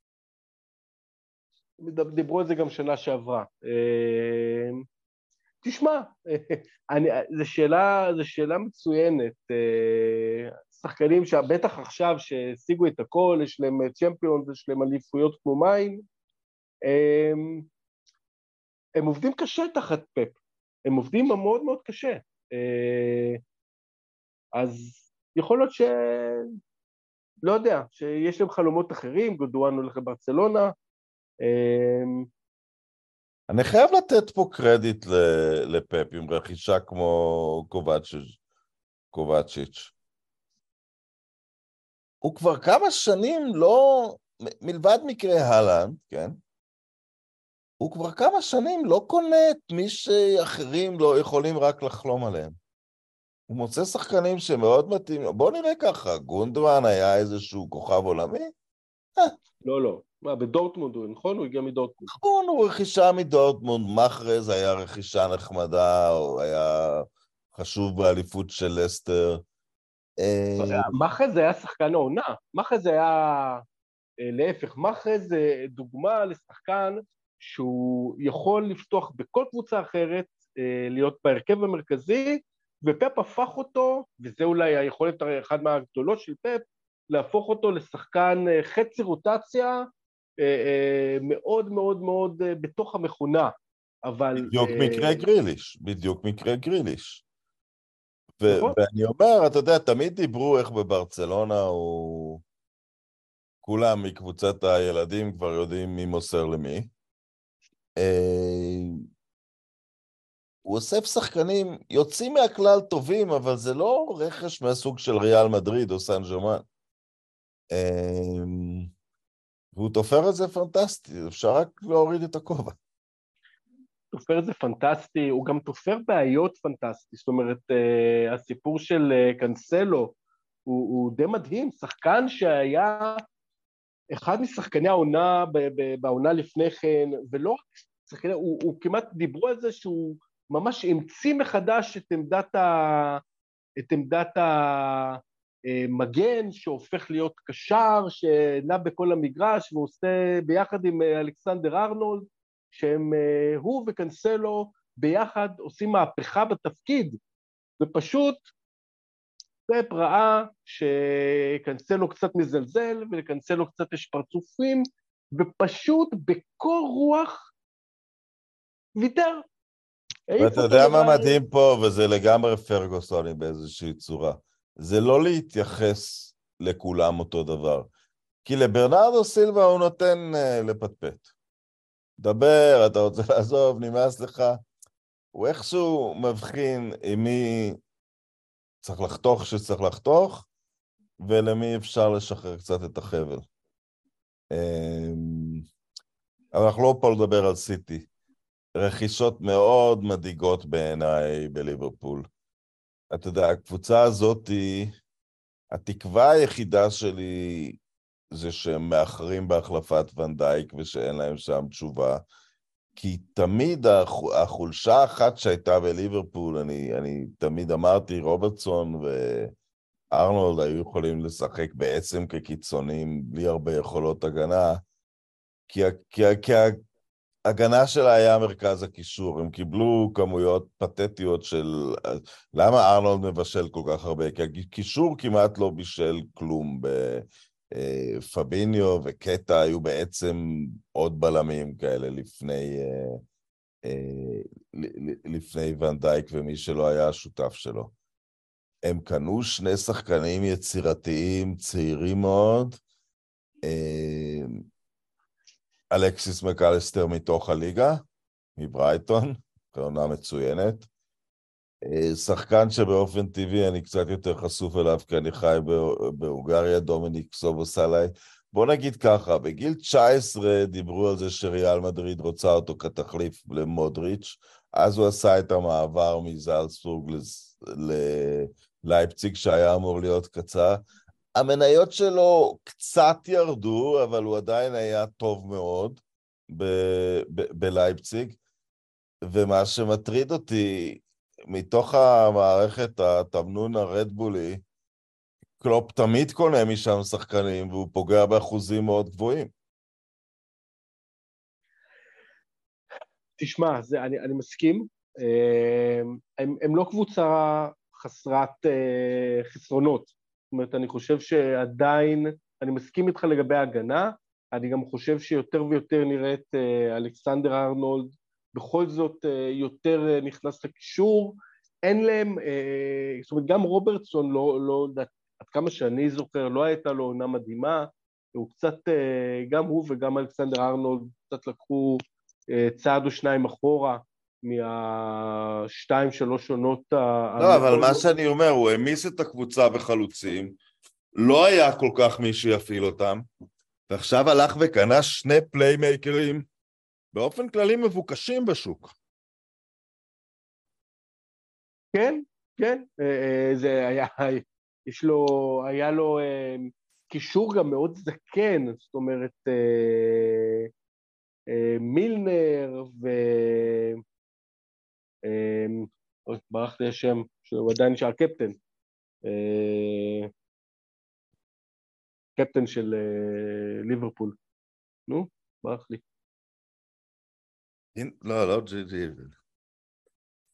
Speaker 2: דיברו על זה גם שנה שעברה. תשמע, זו שאלה, זו שאלה מצוינת. שחקנים שבטח עכשיו שהשיגו את הכל, יש להם צ'מפיון, יש להם אליפויות כמו מים, הם, הם עובדים קשה תחת פפ. הם עובדים מאוד מאוד קשה. אז יכול להיות ש... לא יודע, שיש להם חלומות אחרים, גונדואן הולך לברצלונה.
Speaker 1: אני חייב לתת פה קרדיט לפפ עם רכישה כמו קובצ'יץ'. הוא כבר כמה שנים לא, מלבד מקרה הלנד, כן? הוא כבר כמה שנים לא קונה את מי שאחרים לא יכולים רק לחלום עליהם. הוא מוצא שחקנים שמאוד מתאים. בוא נראה ככה, גונדואן היה איזשהו כוכב עולמי?
Speaker 2: לא, לא. מה, בדורטמונד הוא, נכון? הוא הגיע מדורטמונד.
Speaker 1: נכון, הוא רכישה מדורטמונד, מחרז היה רכישה נחמדה, הוא היה חשוב באליפות של לסטר.
Speaker 2: מחרז היה שחקן העונה. מחרז היה, להפך, מחרז זה דוגמה לשחקן שהוא יכול לפתוח בכל קבוצה אחרת, להיות בהרכב המרכזי, ופפ הפך אותו, וזה אולי היכולת אחד מהגדולות של פפ, להפוך אותו לשחקן חצי רוטציה, מאוד מאוד מאוד בתוך המכונה, אבל...
Speaker 1: בדיוק מקרה גריליש, בדיוק מקרה גריליש.
Speaker 2: נכון.
Speaker 1: ואני אומר, אתה יודע, תמיד דיברו איך בברצלונה הוא... כולם מקבוצת הילדים כבר יודעים מי מוסר למי. הוא אוסף שחקנים יוצאים מהכלל טובים, אבל זה לא רכש מהסוג של ריאל מדריד או סן ג'רמן. והוא תופר את זה פנטסטי, אפשר רק להוריד את הכובע.
Speaker 2: תופר את זה פנטסטי, הוא גם תופר בעיות פנטסטי, זאת אומרת, הסיפור של קנסלו הוא, הוא די מדהים, שחקן שהיה אחד משחקני העונה בעונה לפני כן, ולא רק שחקני, הוא, הוא כמעט דיברו על זה שהוא ממש המציא מחדש את עמדת, ה, את עמדת המגן, שהופך להיות קשר, שנע בכל המגרש, ועושה ביחד עם אלכסנדר ארנולד, שהם, הוא וקנסלו ביחד עושים מהפכה בתפקיד, ופשוט פפ ראה שקנסלו קצת מזלזל, ולקנסלו קצת יש פרצופים, ופשוט בקור רוח ויתר.
Speaker 1: ואתה יודע מה מדהים פה, וזה לגמרי פרגוסוני באיזושהי צורה, זה לא להתייחס לכולם אותו דבר, כי לברנרדו סילבה הוא נותן uh, לפטפט. דבר, אתה רוצה לעזוב, נמאס לך, הוא איכשהו מבחין עם מי צריך לחתוך שצריך לחתוך, ולמי אפשר לשחרר קצת את החבל. אבל אנחנו לא פה לדבר על סיטי. רכישות מאוד מדאיגות בעיניי בליברפול. אתה יודע, הקבוצה הזאת היא, התקווה היחידה שלי זה שהם מאחרים בהחלפת ונדייק ושאין להם שם תשובה, כי תמיד החולשה האחת שהייתה בליברפול, אני, אני תמיד אמרתי, רוברטסון וארנולד היו יכולים לשחק בעצם כקיצונים בלי הרבה יכולות הגנה, כי, כי, כי ההגנה שלה היה מרכז הקישור, הם קיבלו כמויות פתטיות של למה ארנולד מבשל כל כך הרבה, כי הקישור כמעט לא בישל כלום, פביניו וקטה היו בעצם עוד בלמים כאלה לפני, לפני ונדייק ומי שלא היה השותף שלו. הם קנו שני שחקנים יצירתיים, צעירים מאוד, אלכסיס מקלסטר מתוך הליגה, מברייטון, כעונה מצוינת. שחקן שבאופן טבעי אני קצת יותר חשוף אליו, כי אני חי בהונגריה, דומיניק סובוסלי. בוא נגיד ככה, בגיל תשע עשרה דיברו על זה שריאל מדריד רוצה אותו כתחליף למודריץ', אז הוא עשה את המעבר מזלצבורג ללייפציג בציג אמור להיות קצר. המניות שלו קצת ירדו, אבל הוא עדיין היה טוב מאוד בלייפציג, ומה שמטריד אותי, מתוך המערכת התמנון הרדבולי, קלופ תמיד קונה משם שחקנים, והוא פוגע באחוזים מאוד גבוהים.
Speaker 2: תשמע, זה, אני, אני מסכים, הם, הם לא קבוצה חסרת חסרונות, זאת אומרת, אני חושב שעדיין, אני מסכים איתך לגבי ההגנה, אני גם חושב שיותר ויותר נראית אלכסנדר ארנולד, בכל זאת יותר נכנס לקישור, אין להם, זאת אומרת, גם רוברטסון, לא, לא, עד כמה שאני זוכר, לא הייתה לו עונה מדהימה, הוא קצת, גם הוא וגם אלכסנדר ארנולד, קצת לקחו צעד או שניים אחורה, מהשתיים, שלוש עונות.
Speaker 1: לא, אבל מה שאני אומר, הוא המיס את הקבוצה בחלוצים, לא היה כל כך מי שיפעיל אותם, ועכשיו הלך וקנה שני פליימייקרים, באופן כללי מבוקשים בשוק.
Speaker 2: כן, כן, זה היה, יש לו, היה לו קישור גם מאוד זקן, זאת אומרת, מילנר ו... ברח לי השם, שהוא עדיין נשאר קפטן, קפטן של ליברפול, נו, ברח לי.
Speaker 1: לא, לא ג'י ג'י.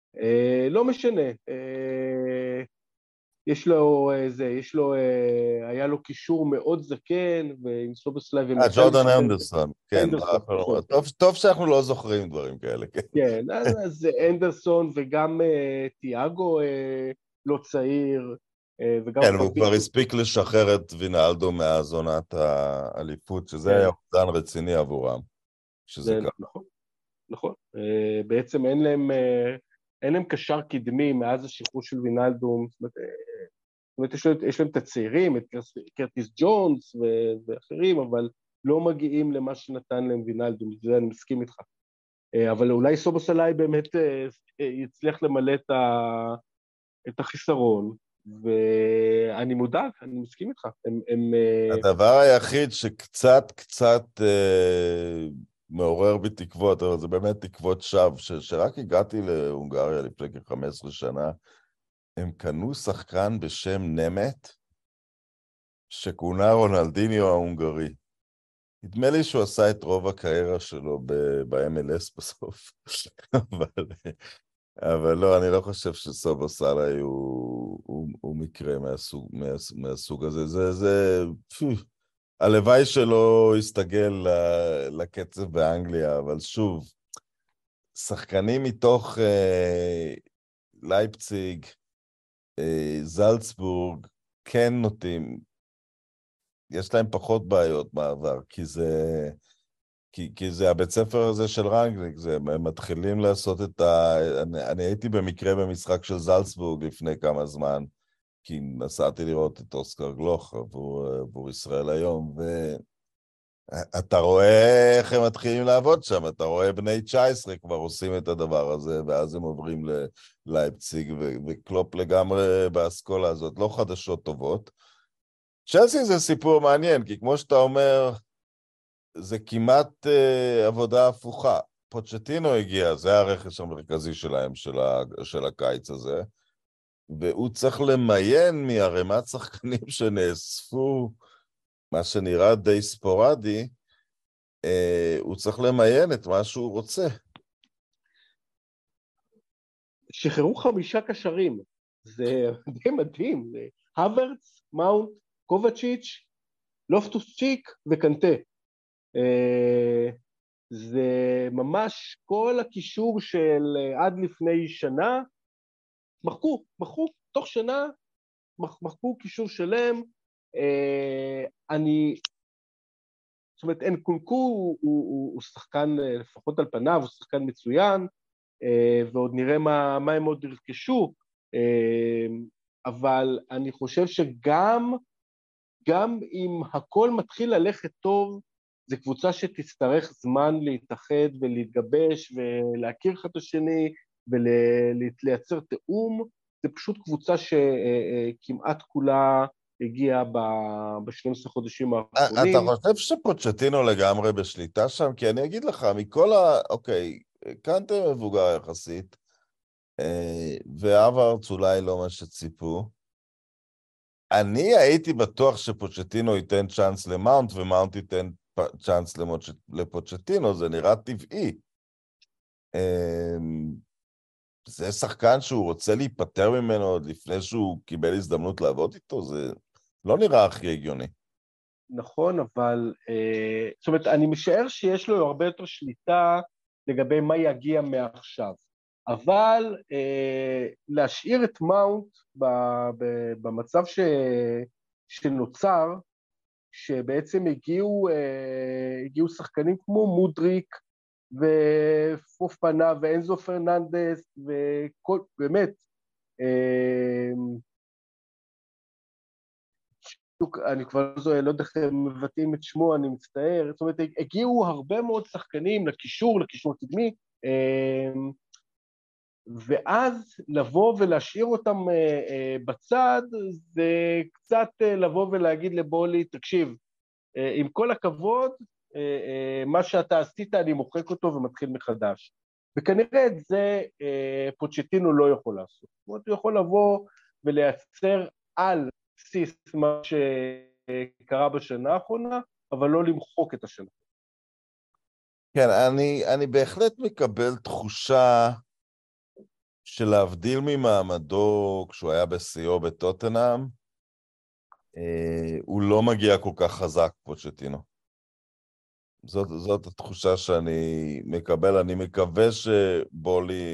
Speaker 2: אה, לא משנה, אה, יש לו איזה, יש לו, אה, היה לו קישור מאוד זקן, ועם סובוסלייב הם
Speaker 1: אה,
Speaker 2: יצא
Speaker 1: ג'ורדן
Speaker 2: לשחק,
Speaker 1: אנדרסון, כן,
Speaker 2: אנדרסון, נכון,
Speaker 1: טוב, טוב שאנחנו לא זוכרים דברים כאלה, כן.
Speaker 2: כן, אז, אז אנדרסון וגם אה, תיאגו אה, לא צעיר, אה, וגם
Speaker 1: כן, והוא כבר
Speaker 2: פביניו,
Speaker 1: הספיק לשחרר את וינאלדו מהזונת האליפות, שזה היה
Speaker 2: כן,
Speaker 1: אובדן רציני עבורם, שזה
Speaker 2: זה
Speaker 1: ככה.
Speaker 2: נכון, נכון, אה, בעצם אין להם, אה, אין להם קשר קדמי מאז השחרור של וינאלדו, זאת אומרת, אה, זאת אומרת, יש, להם, יש להם את הצעירים, את קרס, קרטיס ג'ונס ו, ואחרים, אבל לא מגיעים למה שנתן להם וינאלדו, זה אני מסכים איתך. אה, אבל אולי סובוסליי באמת אה, אה, יצליח למלא את, ה, את החיסרון, ואני מודאג, אני מסכים איתך. הם, הם, אה,
Speaker 1: הדבר היחיד שקצת, קצת אה, מעורר בי תקוות, אבל זה באמת תקוות שווא, ש, שרק הגעתי להונגריה לפני כ-חמש עשרה שנה, הם קנו שחקן בשם נמת, שכונה רונלדיניו ההונגרי. נדמה לי שהוא עשה את רוב הקריירה שלו ב-אם אל אס בסוף, אבל, אבל לא, אני לא חושב שסובו סאלי הוא, הוא, הוא מקרה מהסוג, מהסוג, מהסוג הזה. זה, זה, פי, הלוואי שלא יסתגל לקצב באנגליה, אבל שוב, שחקנים מתוך אה, לייפציג, אה, זלצבורג, כן נוטים, יש להם פחות בעיות בעבר, כי זה, כי, כי זה הבית ספר הזה של רנגניק, זה, הם מתחילים לעשות את ה... אני, אני הייתי במקרה במשחק של זלצבורג לפני כמה זמן, כי נסעתי לראות את אוסקר גלוך עבור, עבור ישראל היום, ואתה רואה איך הם מתחילים לעבוד שם, אתה רואה בני תשע עשרה כבר עושים את הדבר הזה, ואז הם עוברים ללייפציג, ו- וקלופ לגמרי באסכולה הזאת, לא חדשות טובות. צ'לסי זה סיפור מעניין, כי כמו שאתה אומר, זה כמעט uh, עבודה הפוכה. פוצ'טינו הגיע, זה הרכש המרכזי שלהם, של, ה, של הקיץ הזה, והוא צריך למיין מערימת שחקנים שנאספו, מה שנראה די ספורדי, uh, הוא צריך למיין את מה שהוא רוצה.
Speaker 2: שחררו חמישה קשרים, זה די מדהים, זה הוורץ, מאונט, קובצ'יץ', לופטוס צ'יק וקנטה. זה ממש כל הקישור של עד לפני שנה, מחקו, מחקו, תוך שנה מחקו קישור שלם. אני, זאת אומרת, אין קונקו הוא, הוא, הוא שחקן, לפחות על פניו, הוא שחקן מצוין, ועוד נראה מה, מה הם עוד ירכשו, אבל אני חושב שגם גם אם הכל מתחיל ללכת טוב, זו קבוצה שתצטרך זמן להתאחד ולהתגבש ולהכיר אחד את השני ולייצר תאום. זה פשוט קבוצה שכמעט כולה הגיעה ב-שנים עשר חודשים האחרונים.
Speaker 1: אתה חושב שפוצ'טינו לגמרי בשליטה שם? כי אני אגיד לך, מכל ה... אוקיי, קנטה מבוגר יחסית, והוורץ אולי לא מה שציפו. אני הייתי בטוח שפוצ'טינו ייתן צ'אנס למאונט, ומאונט ייתן צ'אנס לפוצ'טינו, זה נראה טבעי. זה שחקן שהוא רוצה להיפטר ממנו עוד לפני שהוא קיבל הזדמנות לעבוד איתו, זה לא נראה הכי הגיוני.
Speaker 2: נכון, אבל, זאת אומרת, אני משער שיש לו הרבה יותר שליטה לגבי מה יגיע מעכשיו. אבל אה, להשאיר את מאונט ב, ב, במצב ש, שנוצר, שבעצם הגיעו, אה, הגיעו שחקנים כמו מודריק ופופנה ואנזו פרננדס וכל, באמת, אה, אני כבר לא יודע איך הם מבטאים את שמו, אני מצטער, זאת אומרת, הגיעו הרבה מאוד שחקנים לקישור, לקישור הקדמי, אה, ואז לבוא ולהשאיר אותם uh, uh, בצד, זה קצת uh, לבוא ולהגיד לבולי, תקשיב, uh, עם כל הכבוד, uh, uh, מה שאתה עשית, אני מוחק אותו ומתחיל מחדש. וכנראה את זה uh, פוצ'טינו לא יכול לעשות. זאת אומרת, הוא יכול לבוא ולייצר על בסיס מה שקרה בשנה האחרונה, אבל לא למחוק את השנה.
Speaker 1: כן, אני, אני בהחלט מקבל תחושה שלהבדיל ממעמדו כשהוא היה בשיאו בטוטנהאם, אה, הוא לא מגיע כל כך חזק פוצ'טינו. זאת, זאת התחושה שאני מקבל. אני מקווה שבולי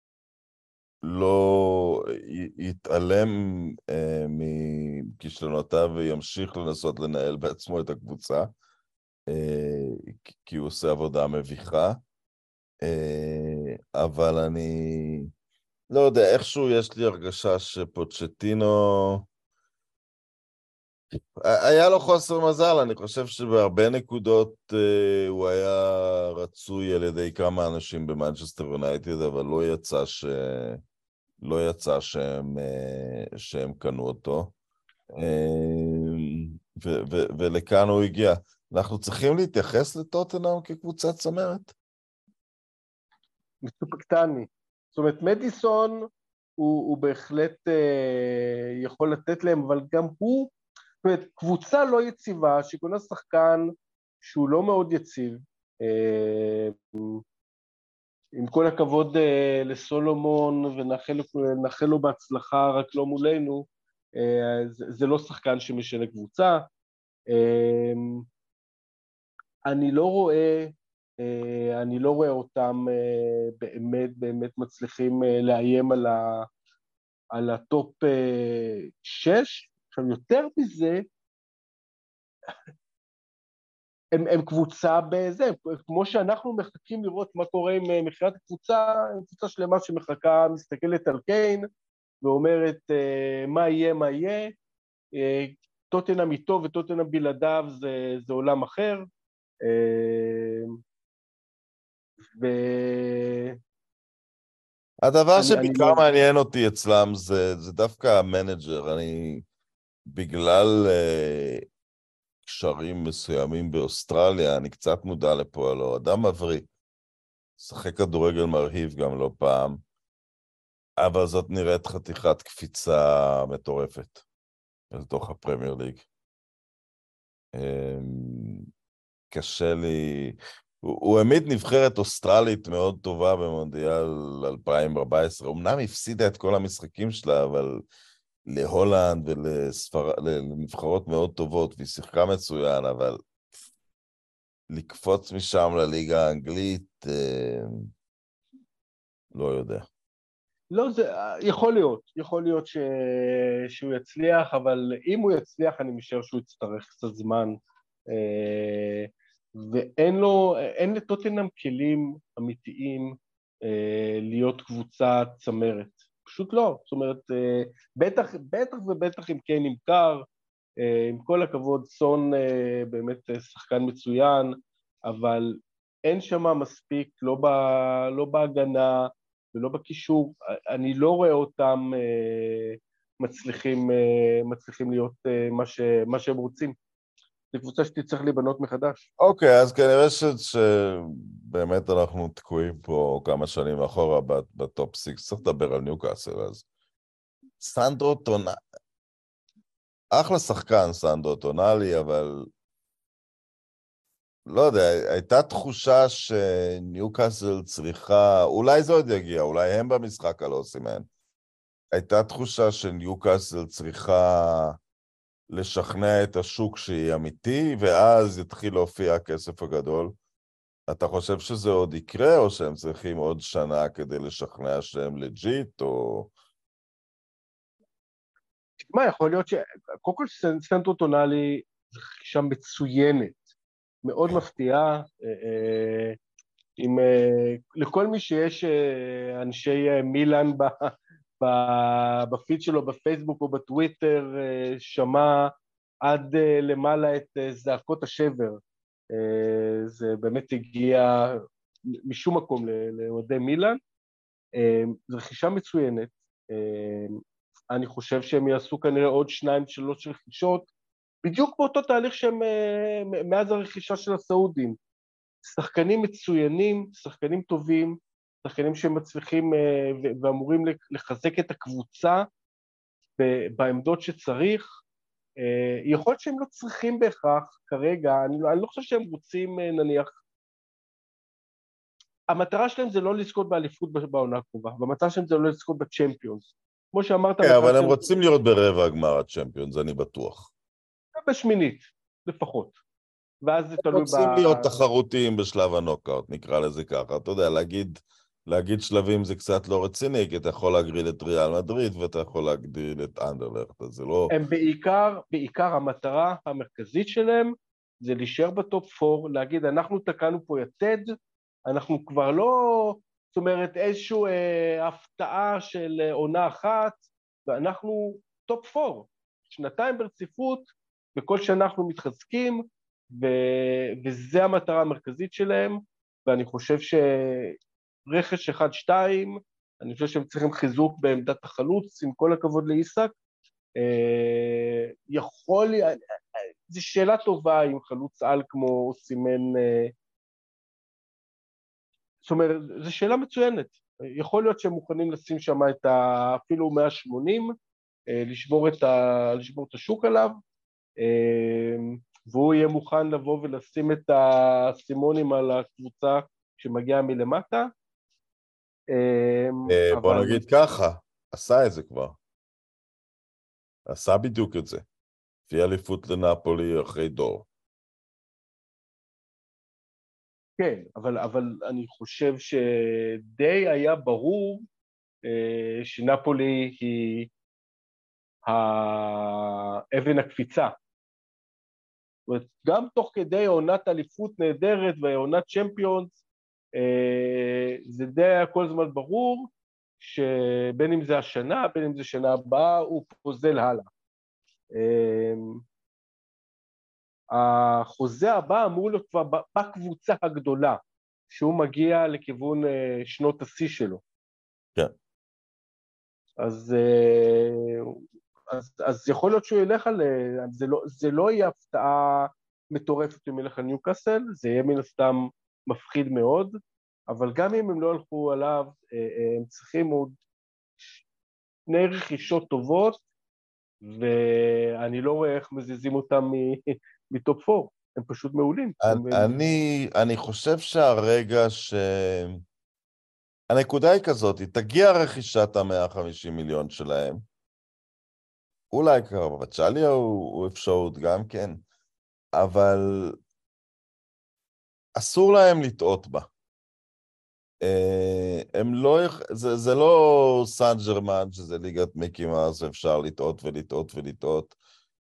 Speaker 1: לא י- יתעלם אה, מכישלונותיו וימשיך לנסות לנהל בעצמו את הקבוצה, אה, כי- כי הוא עושה עבודה מביכה. אה, אבל אני לא יודע, איכשהו יש לי הרגשה שפוצ'טינו, היה לו חוסר מזל. אני חושב שבהרבה נקודות אה, הוא היה רצוי על ידי כמה אנשים במנצ'סטר יונייטד, אבל לא יצא ש... לא יצא שהם, אה, שהם קנו אותו. אה, ו- ו- ולכאן הוא הגיע. אנחנו צריכים להתייחס לטוטנהאם כקבוצת צמרת?
Speaker 2: מסופקטני. זאת אומרת, מדיסון הוא, הוא בהחלט אה, יכול לתת להם, אבל גם הוא, זאת אומרת, קבוצה לא יציבה, שקונה שחקן שהוא לא מאוד יציב, אה, עם כל הכבוד אה, לסולומון, ונאחל לו בהצלחה, רק לא מולנו, אה, זה, זה לא שחקן שמשנה קבוצה. אה, אני לא רואה, אה, אני לא רואה אותם אה, באמת באמת מצליחים אה, לאיים על, ה, על הטופ אה, שש. עכשיו, יותר מזה, הם, הם קבוצה בזה, כמו שאנחנו מחכים לראות מה קורה עם אה, מכירת הקבוצה, הם קבוצה שלמה שמחכה, מסתכלת על קיין, ואומרת אה, מה יהיה, מה יהיה, אה, טוטנהאם איתו וטוטנהאם בלעדיו זה, זה עולם אחר, אה, ו...
Speaker 1: הדבר
Speaker 2: אני, אני
Speaker 1: שבעיקר
Speaker 2: לא...
Speaker 1: מעניין אותי אצלם זה, זה דווקא המנג'ר. אני, בגלל uh, קשרים מסוימים באוסטרליה, אני קצת מודע לפועלו. אדם מבריא, שחק כדורגל מרהיב גם לא פעם, אבל זאת נראית חתיכת קפיצה מטורפת לתוך הפרמייר ליג. Um, קשה לי... הוא, הוא העמיד נבחרת אוסטרלית מאוד טובה במונדיאל אלפיים וארבע עשרה. אמנם הפסידה את כל המשחקים שלה, אבל להולנד ולנבחרות מאוד טובות, והיא שיחקה מצוין, אבל לקפוץ משם לליגה האנגלית, אה, לא יודע.
Speaker 2: לא, זה יכול להיות, יכול להיות ש... שהוא יצליח, אבל אם הוא יצליח, אני משער שהוא יצטרך קצת זמן, אה, ואין לו, אין לטוטנהאם כלים אמיתיים אה, להיות קבוצה צמרת. פשוט לא. זאת אומרת, אה, בטח, בטח ובטח אם כן נמכר, אה, עם כל הכבוד, סון אה, באמת שחקן מצוין, אבל אין שם מספיק, לא, ב, לא בהגנה ולא בקישור. אני לא רואה אותם אה, מצליחים, אה, מצליחים להיות אה, מה, ש, מה שהם רוצים. זו קבוצה שתצטרך להיבנות מחדש.
Speaker 1: אוקיי, אז כנראה ש... שבאמת אנחנו תקועים פה כמה שנים אחורה בטופ סיקס. צריך לדבר על ניוקאסל, אז סנדרו טונאלי, אחלה שחקן סנדרו טונאלי, אבל לא יודע, הייתה תחושה שניוקאסל צריכה, אולי זה עוד יגיע, אולי הם במשחק על אוסימן. הייתה תחושה שניוקאסל צריכה לשכנע את השוק שהיא אמיתי, ואז יתחיל להופיע הכסף הגדול. אתה חושב שזה עוד יקרה, או שהם צריכים עוד שנה כדי לשכנע שהם לג'יט, או...
Speaker 2: מה, יכול להיות ש... קודם כל סנטרו טונאלי זו רכישה מצוינת, מאוד מפתיעה, אה, אה, עם, אה, לכל מי שיש אה, אנשי אה, מילאן ב, ב, בפיד שלו בפייסבוק או בטוויטר, אה, שמע עד אה, למעלה את אה, זעקות השבר. אה, זה באמת הגיע משום מקום לאוהדי מילאן. אה, זו רכישה מצוינת. אה, אני חושב שהם יעשו כנראה עוד שניים, שלוש רכישות, בדיוק באותו תהליך שהם אה, מאז הרכישה של הסעודים. שחקנים מצוינים, שחקנים טובים, שחקנים שמצליחים אה, ו- ואמורים לחזק את הקבוצה ב- בעמדות שצריך. אה, יכול להיות שהם לא צריכים בהכרח כרגע, אני לא, אני לא חושב שהם רוצים אה, נניח המטרה שלהם זה לא לזכות באליפות בעונה הקרובה, והמטרה שלהם זה לא לזכות בצ'מפיונס. כמו שאמרת,
Speaker 1: כן, אבל הם רוצים להיות ברבע הגמר הצ'מפיונס, אני בטוח.
Speaker 2: בשמינית, לפחות. ואז זה תלוי ב...
Speaker 1: רוצים להיות תחרותיים בשלב הנוקאוט, נקרא לזה ככה. אתה יודע, להגיד, להגיד שלבים זה קצת לא רציני, כי אתה יכול להגריל את ריאל מדריד, ואתה יכול להגדיל את אנדרלכט, אז זה לא...
Speaker 2: הם בעיקר, בעיקר המטרה המרכזית שלהם, זה להישאר בטופ ארבע, להגיד, אנחנו תקענו פה יתד, אנחנו כבר לא, זאת אומרת, איזושהי אה, הפתעה של אה, עונה אחת, ואנחנו טופ ארבע, שנתיים ברציפות, וכל שנה אנחנו מתחזקים, ו... וזה המטרה המרכזית שלהם, ואני חושב שרכש אחד שתיים, אני חושב שהם צריכים חיזוק בעמדת החלוץ, עם כל הכבוד לאיסק, אה, יכול, זו שאלה טובה עם חלוץ על כמו סימן, אה, זאת אומרת, זו שאלה מצוינת, יכול להיות שהם מוכנים לשים שם את ה, אפילו מאה ושמונים, אה, לשבור את, ה, לשבור את השוק עליו, אה, והוא יהיה מוכן לבוא ולשים את הסימונים על הקבוצה שמגיעה מלמטה.
Speaker 1: בוא
Speaker 2: אבל...
Speaker 1: נגיד ככה, עשה את זה כבר. עשה בדיוק את זה. לפי אליפות לנאפולי אחרי דור.
Speaker 2: כן, אבל, אבל אני חושב שדי היה ברור אה, שנאפולי היא האבן הקפיצה. זאת אומרת, גם תוך כדי עונת אליפות נהדרת ועונת צ'מפיונס, אה, זה די היה כל הזמן ברור, שבין אם זה השנה, בין אם זה שנה הבאה, הוא פוזל הלאה. אה, החוזה הבא אמור להיות כבר בקבוצה הגדולה, שהוא מגיע לכיוון שנות השיא שלו.
Speaker 1: כן.
Speaker 2: אז, אז, אז יכול להיות שהוא ילך על... זה לא, זה לא יהיה הפתעה מטורפת אם ילך על ניוקאסל, זה יהיה מן הסתם מפחיד מאוד, אבל גם אם הם לא הלכו עליו, הם צריכים עוד שני רכישות טובות, ואני לא רואה איך מזיזים אותם מטופ ארבע, הם פשוט מעולים.
Speaker 1: אני, אני חושב שהרגע ש... הנקודה היא כזאת, תגיע רכישת ה-מאה וחמישים מיליון שלהם, אולי קרבצ'ליה הוא, הוא אפשרות גם כן, אבל אסור להם לטעות בה. הם לא, זה, זה לא סן ג'רמן, שזה ליגת מיקי מאוס, אפשר לטעות ולטעות ולטעות.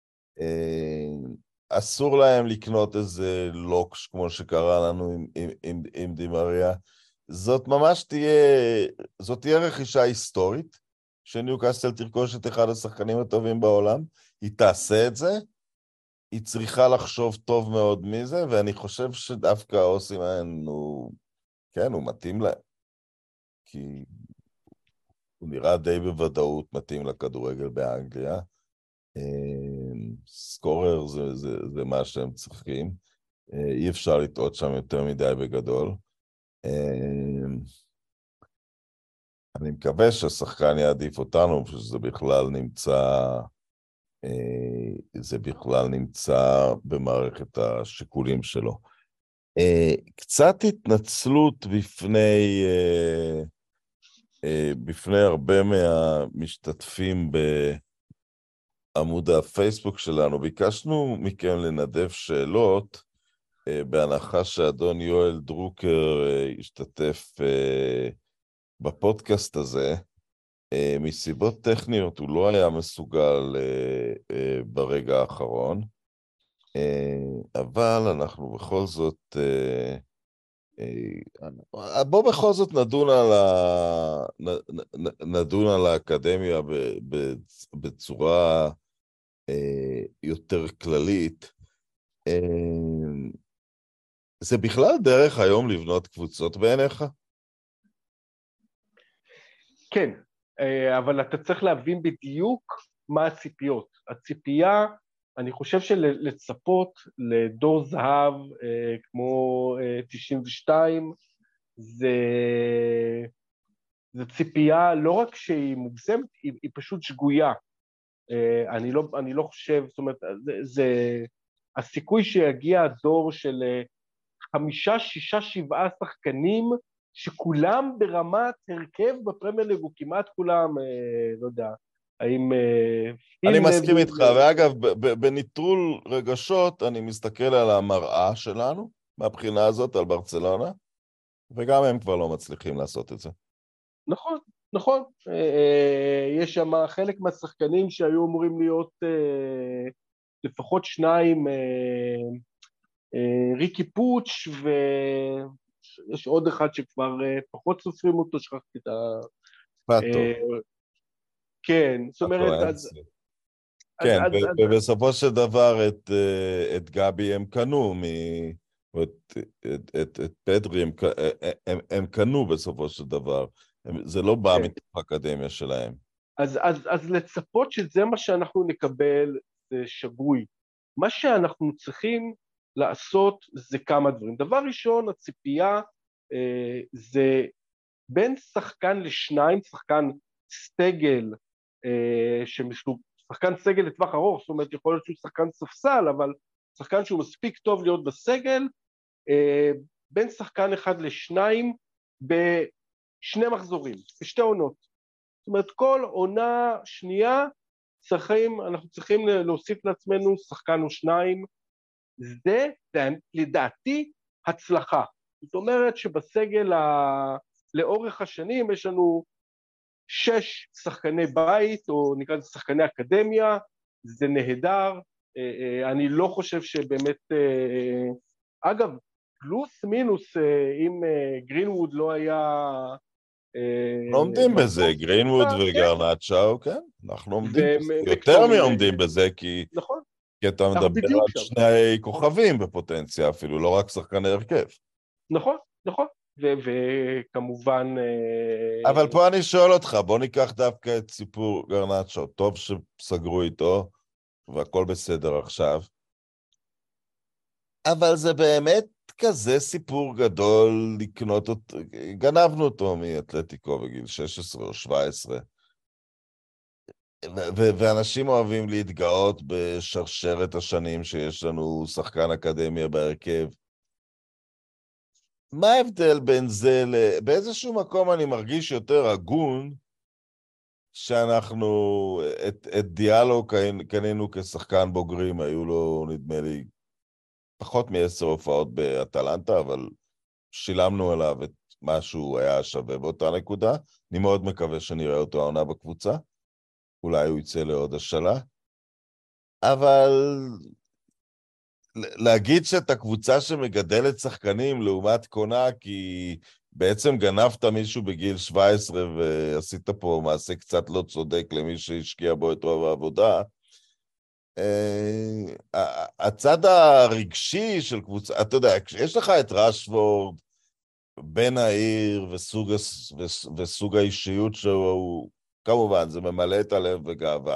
Speaker 1: אסור להם לקנות איזה לוקש, כמו שקרה לנו עם, עם, עם, עם דימריה. זאת ממש תהיה, זאת תהיה רכישה היסטורית, שניוקאסל תרכוש את אחד השחקנים הטובים בעולם, היא תעשה את זה, היא צריכה לחשוב טוב מאוד מזה, ואני חושב שדווקא אוסימן הוא, כן, הוא מתאים לה, כי הוא נראה די בוודאות מתאים לכדורגל באנגליה, סקורר זה, זה, זה מה שהם צריכים, אי אפשר לטעות שם יותר מדי בגדול. אני מקווה שהשחקן יעדיף אותנו, שזה בכלל נמצא, זה בכלל נמצא במערכת השיקולים שלו. קצת התנצלות בפני, בפני הרבה מהמשתתפים בעמוד הפייסבוק שלנו. ביקשנו מכם לנדב שאלות, בהנחה שאדון יואל דרוקר השתתף בפודקאסט הזה, מסיבות טכניות הוא לא היה מסוגל ברגע האחרון, אבל אנחנו בכל זאת, בוא בכל זאת נדון על, ה... נדון על האקדמיה בצורה יותר כללית. זה בכלל דרך היום לבנות קבוצות בעיניך?
Speaker 2: כן, אבל אתה צריך להבין בדיוק מה הציפיות. הציפייה, אני חושב שלצפות לדור זהב כמו תשעים ושתיים, זה, זה ציפייה לא רק שהיא מוגזמת, היא, היא פשוט שגויה. אני לא, אני לא חושב, זאת אומרת, זה, זה הסיכוי שיגיע הדור של חמישה, שישה, שבעה שחקנים שכולם ברמת הרכב בפרמייר ליג, כמעט כולם, אה, לא יודע, האם... אה,
Speaker 1: אני
Speaker 2: פיל
Speaker 1: מסכים
Speaker 2: נביל,
Speaker 1: איתך, ואגב, ב- ב- בניטרול רגשות, אני מסתכל על המראה שלנו, מהבחינה הזאת, על ברצלונה, וגם הם כבר לא מצליחים לעשות את זה.
Speaker 2: נכון, נכון. אה, אה, יש שם חלק מהשחקנים שהיו אמורים להיות אה, לפחות שניים, אה, אה, ריקי פוץ' ויש עוד אחד שכבר אה, פחות סופרים אותו, שכחתי את ה...
Speaker 1: פאטו,
Speaker 2: אה, כן, זאת
Speaker 1: פאטו
Speaker 2: אומרת, אז...
Speaker 1: אנסי.
Speaker 2: אז,
Speaker 1: כן,
Speaker 2: אז,
Speaker 1: ו-
Speaker 2: אז,
Speaker 1: ובסופו של דבר את, אה, את גבי הם קנו, מ... את, את, את, את פדרי הם, ק- אה, הם, הם קנו בסופו של דבר. הם, זה לא בא
Speaker 2: כן.
Speaker 1: מתוך האקדמיה שלהם.
Speaker 2: אז, אז, אז לצפות שזה מה שאנחנו נקבל זה שגוי. מה שאנחנו צריכים לעשות זה כמה דברים. דבר ראשון, הציפייה אה, זה בין שחקן לשניים, שחקן סגל, אה, שמסוג, שחקן סגל לטווח ארוך, זאת אומרת יכול להיות שהוא שחקן ספסל, אבל שחקן שהוא מספיק טוב להיות בסגל, אה, בין שחקן אחד לשניים בשני מחזורים, בשתי עונות. זאת אומרת, כל עונה שנייה צריכים, אנחנו צריכים להוסיף לעצמנו שחקן או שניים, זה לדעתי הצלחה. זאת אומרת שבסגל ה... לאורך השנים יש לנו שש שחקני בית, או נקרא לזה שחקני אקדמיה, זה נהדר, אני לא חושב שבאמת, אגב, פלוס מינוס, אם גרינווד לא היה...
Speaker 1: אנחנו עומדים בזה, גרינווד וגרנצ'או, כן, אנחנו עומדים בזה, יותר מעומדים בזה, כי
Speaker 2: נכון,
Speaker 1: כי אתה מדבר על שני כוכבים בפוטנציה אפילו, לא רק שחקני הרכב.
Speaker 2: נכון, נכון, וכמובן...
Speaker 1: אבל פה אני שואל אותך, בוא ניקח דווקא את סיפור גרנצ'ו, טוב שסגרו איתו, והכל בסדר עכשיו, אבל זה באמת כזה סיפור גדול לקנות אותו, גנבנו אותו מאתלטיקו בגיל שש עשרה או שבע עשרה, ו- ואנשים אוהבים להתגאות בשרשרת השנים שיש לנו שחקן אקדמיה בהרכב. מה ההבדל בין זה ל... באיזשהו מקום אני מרגיש יותר הגון שאנחנו את, את דיאלו קנינו כשחקן בוגרים, היו לו נדמה לי פחות מעשר הופעות באטלנטה, אבל שילמנו עליו את מה שהוא היה שווה באותה נקודה. אני מאוד מקווה שנראה אותו העונה בקבוצה. אולי הוא יצא לעוד השאלה. אבל להגיד שאתה קבוצה שמגדלת שחקנים לעומת קונה, כי בעצם גנבת מישהו בגיל שבע עשרה ועשית פה מעשה קצת לא צודק למי שהשקיע בו את רוב העבודה, הצד הרגשי של קבוצה, אתה יודע, יש לך את רשוורד, בן העיר וסוג, וסוג האישיות שהוא, כמובן, זה ממלא את הלב וגאווה.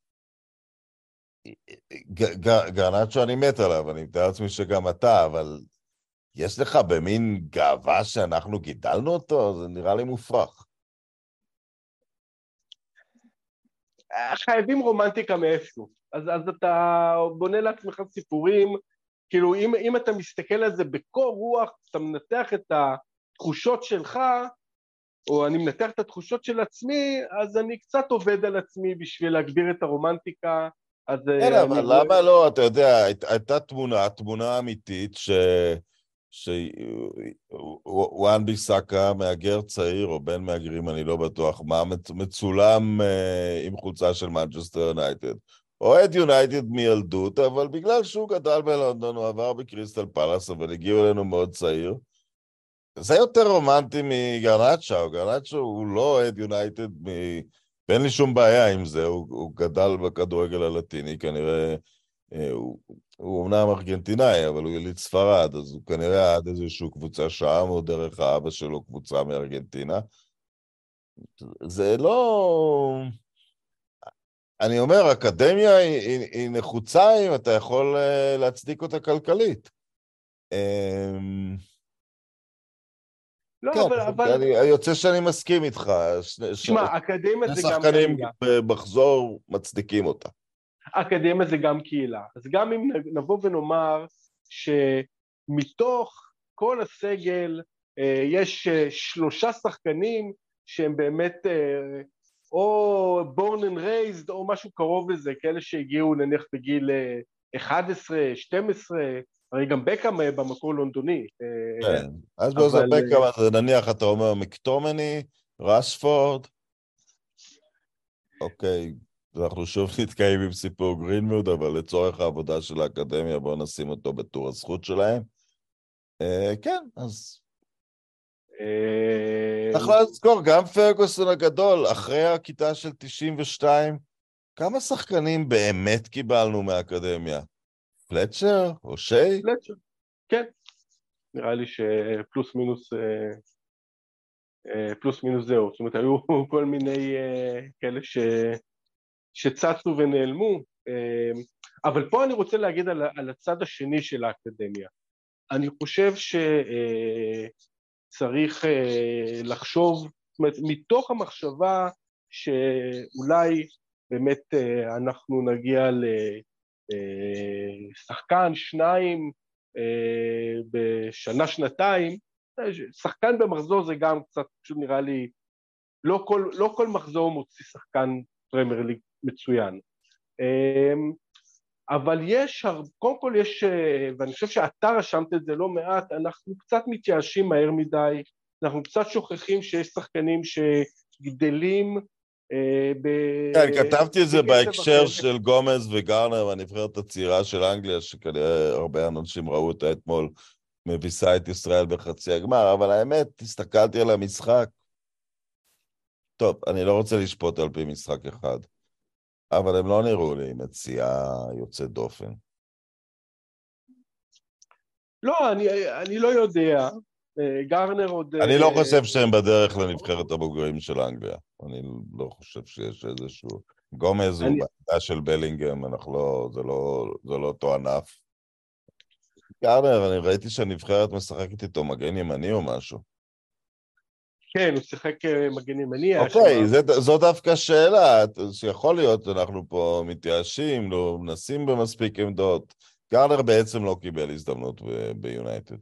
Speaker 1: גרנצ'ו אני מת עליו, אני מתאר לעצמי שגם אתה, אבל יש לך במין גאווה שאנחנו גידלנו אותו? זה נראה לי מופרך.
Speaker 2: חייבים רומנטיקה מאיפשהו. אז, אז אתה בונה לעצמך סיפורים, כאילו אם, אם אתה מסתכל על זה בקור רוח, אתה מנתח את התחושות שלך, או אני מנתח את התחושות של עצמי, אז אני קצת עובד על עצמי בשביל להגביר את הרומנטיקה. אז
Speaker 1: כן, אבל
Speaker 2: רואה...
Speaker 1: למה לא? אתה יודע, הייתה תמונה, תמונה אמיתית, ש... שוואן ביסאקה, מהגר צעיר, או בן מהגרים, אני לא בטוח, מה מצולם uh, עם חולצה של מנצ'סטר יונייטד. אוהד יונייטד מילדות, אבל בגלל שהוא גדל בלונדון, הוא עבר בקריסטל פלאס, אבל הגיעו אלינו מאוד צעיר. זה יותר רומנטי מגרנצ'ו, גרנצ'ו הוא לא אוהד יונייטד, מ... ואין לי שום בעיה עם זה, הוא, הוא גדל בכדורגל הלטיני, כנראה, אה, הוא, הוא אומנם ארגנטינאי, אבל הוא יליד ספרד, אז הוא כנראה עד איזושהי קבוצה שם, או דרך האבא שלו קבוצה מארגנטינה. זה לא... אני אומר, אקדמיה היא, היא, היא נחוצה אם אתה יכול uh, להצדיק אותה כלכלית. Um...
Speaker 2: לא,
Speaker 1: כן,
Speaker 2: אבל... אבל...
Speaker 1: אני יוצא שאני מסכים איתך.
Speaker 2: תשמע, אקדמיה זה גם
Speaker 1: שחקנים
Speaker 2: קהילה.
Speaker 1: במחזור מצדיקים אותה.
Speaker 2: אקדמיה זה גם קהילה. אז גם אם נבוא ונאמר שמתוך כל הסגל יש שלושה שחקנים שהם באמת או born and raised או משהו קרוב לזה, כאלה שהגיעו נניח בגיל אחת עשרה, שתים עשרה, הרי גם בקאם במקור לונדוני.
Speaker 1: כן, אז באיזה
Speaker 2: אבל...
Speaker 1: בקאם, אז נניח אתה אומר מקטומני, רשפורד, אוקיי, אנחנו שוב נתקעים עם סיפור גרינווד, אבל לצורך העבודה של האקדמיה בואו נשים אותו בטור הזכות שלהם. אה, כן, אז... צריך לזכור, גם פרגוסון הגדול, אחרי הכיתה של תשעים ושתיים, כמה שחקנים באמת קיבלנו מהאקדמיה? פלצ'ר או שיי?
Speaker 2: פלצ'ר, כן. נראה לי שפלוס מינוס, פלוס מינוס זהו. זאת אומרת, היו כל מיני כאלה ש... שצצו ונעלמו. אבל פה אני רוצה להגיד על, על הצד השני של האקדמיה. אני חושב שצריך לחשוב, זאת אומרת, מתוך המחשבה שאולי באמת אנחנו נגיע לשחקן, שניים, בשנה, שנתיים, שחקן במחזור זה גם קצת, פשוט נראה לי, לא כל, לא כל מחזור מוציא שחקן פרמייר ליג מצוין. אבל יש, קודם כל יש, ואני חושב שאתה רשמת את זה לא מעט, אנחנו קצת מתייאשים מהר מדי, אנחנו קצת שוכחים שיש שחקנים שגדלים ב...
Speaker 1: כן, כתבתי את זה בהקשר של גומז וגרנר, הנבחרת הצעירה של אנגליה, שכנראה הרבה אנשים ראו אותה אתמול, מביסה את ישראל בחצי הגמר, אבל האמת, הסתכלתי על המשחק, טוב, אני לא רוצה לשפוט על פי משחק אחד, אבל הם לא נראו לי מציאה יוצאת דופן.
Speaker 2: לא, אני, אני לא יודע. גרנר עוד...
Speaker 1: אני לא חושב שהם בדרך לנבחרת הבוגרים של אנגליה. אני לא חושב שיש איזשהו... גומז הוא בעדה של בלינגהם, אנחנו לא... זה לא... זה לא אותו ענף. גרנר, אני ראיתי שהנבחרת משחקת איתו מגן ימני או משהו.
Speaker 2: כן, הוא שיחק מגן ימני.
Speaker 1: אוקיי, זו דווקא שאלה, שיכול להיות, אנחנו פה מתייאשים, לא מנסים במספיק עמדות. גרנר בעצם לא קיבל הזדמנות ביונייטד.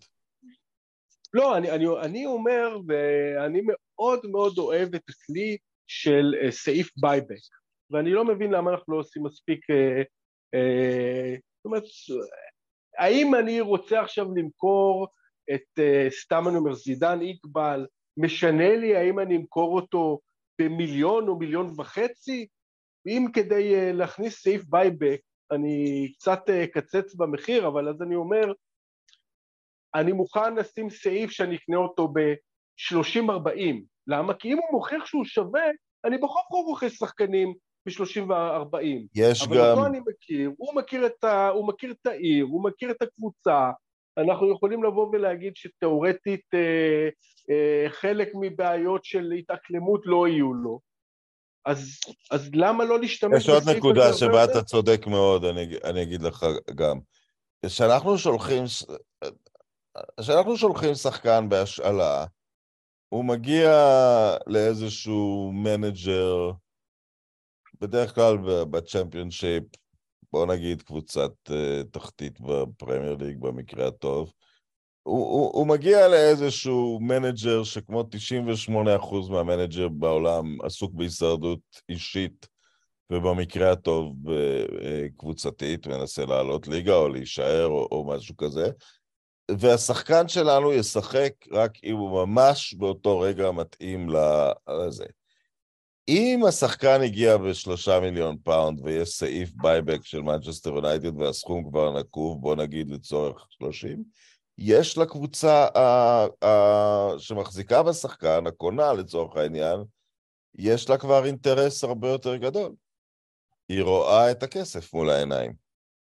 Speaker 2: לא, אני, אני, אני אומר, ואני מאוד מאוד אוהב את הכלי של uh, סעיף בייבק, ואני לא מבין למה אנחנו לא עושים מספיק, uh, uh, זאת אומרת, האם אני רוצה עכשיו למכור את uh, סתם אני אומר, זידן איקבל, משנה לי האם אני אמכור אותו במיליון או מיליון וחצי, אם כדי uh, להכניס סעיף בייבק, אני קצת uh, קצץ במחיר, אבל אז אני אומר, אני מוכן לשים סעיף שאני אקנה אותו ב-שלושים ארבעים. למה? כי אם הוא מוכיח שהוא שווה, אני בכל זאת רוכש שחקנים ב-שלושים ארבעים.
Speaker 1: יש
Speaker 2: אבל
Speaker 1: גם...
Speaker 2: אבל אותו אני מכיר, הוא מכיר, את ה... הוא מכיר את העיר, הוא מכיר את הקבוצה, אנחנו יכולים לבוא ולהגיד שתאורטית אה, אה, חלק מבעיות של התאקלמות לא יהיו לו. אז, אז למה לא להשתמש
Speaker 1: יש עוד נקודה שבה אתה צודק מאוד, אני, אני אגיד לך גם. כשאנחנו שולחים... כשאנחנו שולחים שחקן בהשאלה, הוא מגיע לאיזשהו מנג'ר, בדרך כלל בצ'מפיונשיפ, בוא נגיד קבוצת uh, תחתית בפרמייר ליג במקרה הטוב, הוא, הוא, הוא מגיע לאיזשהו מנג'ר שכמו תשעים ושמונה אחוז מהמנג'ר בעולם עסוק בהישרדות אישית, ובמקרה הטוב קבוצתית, מנסה לעלות ליגה או להישאר או, או משהו כזה, והשחקן שלנו ישחק רק אם הוא ממש באותו רגע מתאים לזה. אם השחקן הגיע בשלושה מיליון פאונד ויש סעיף בייבק של מנצ'סטר יונייטד והסכום כבר נקוב, בוא נגיד לצורך שלושים, יש לקבוצה uh, uh, שמחזיקה בשחקן, הקונה לצורך העניין, יש לה כבר אינטרס הרבה יותר גדול. היא רואה את הכסף מול העיניים.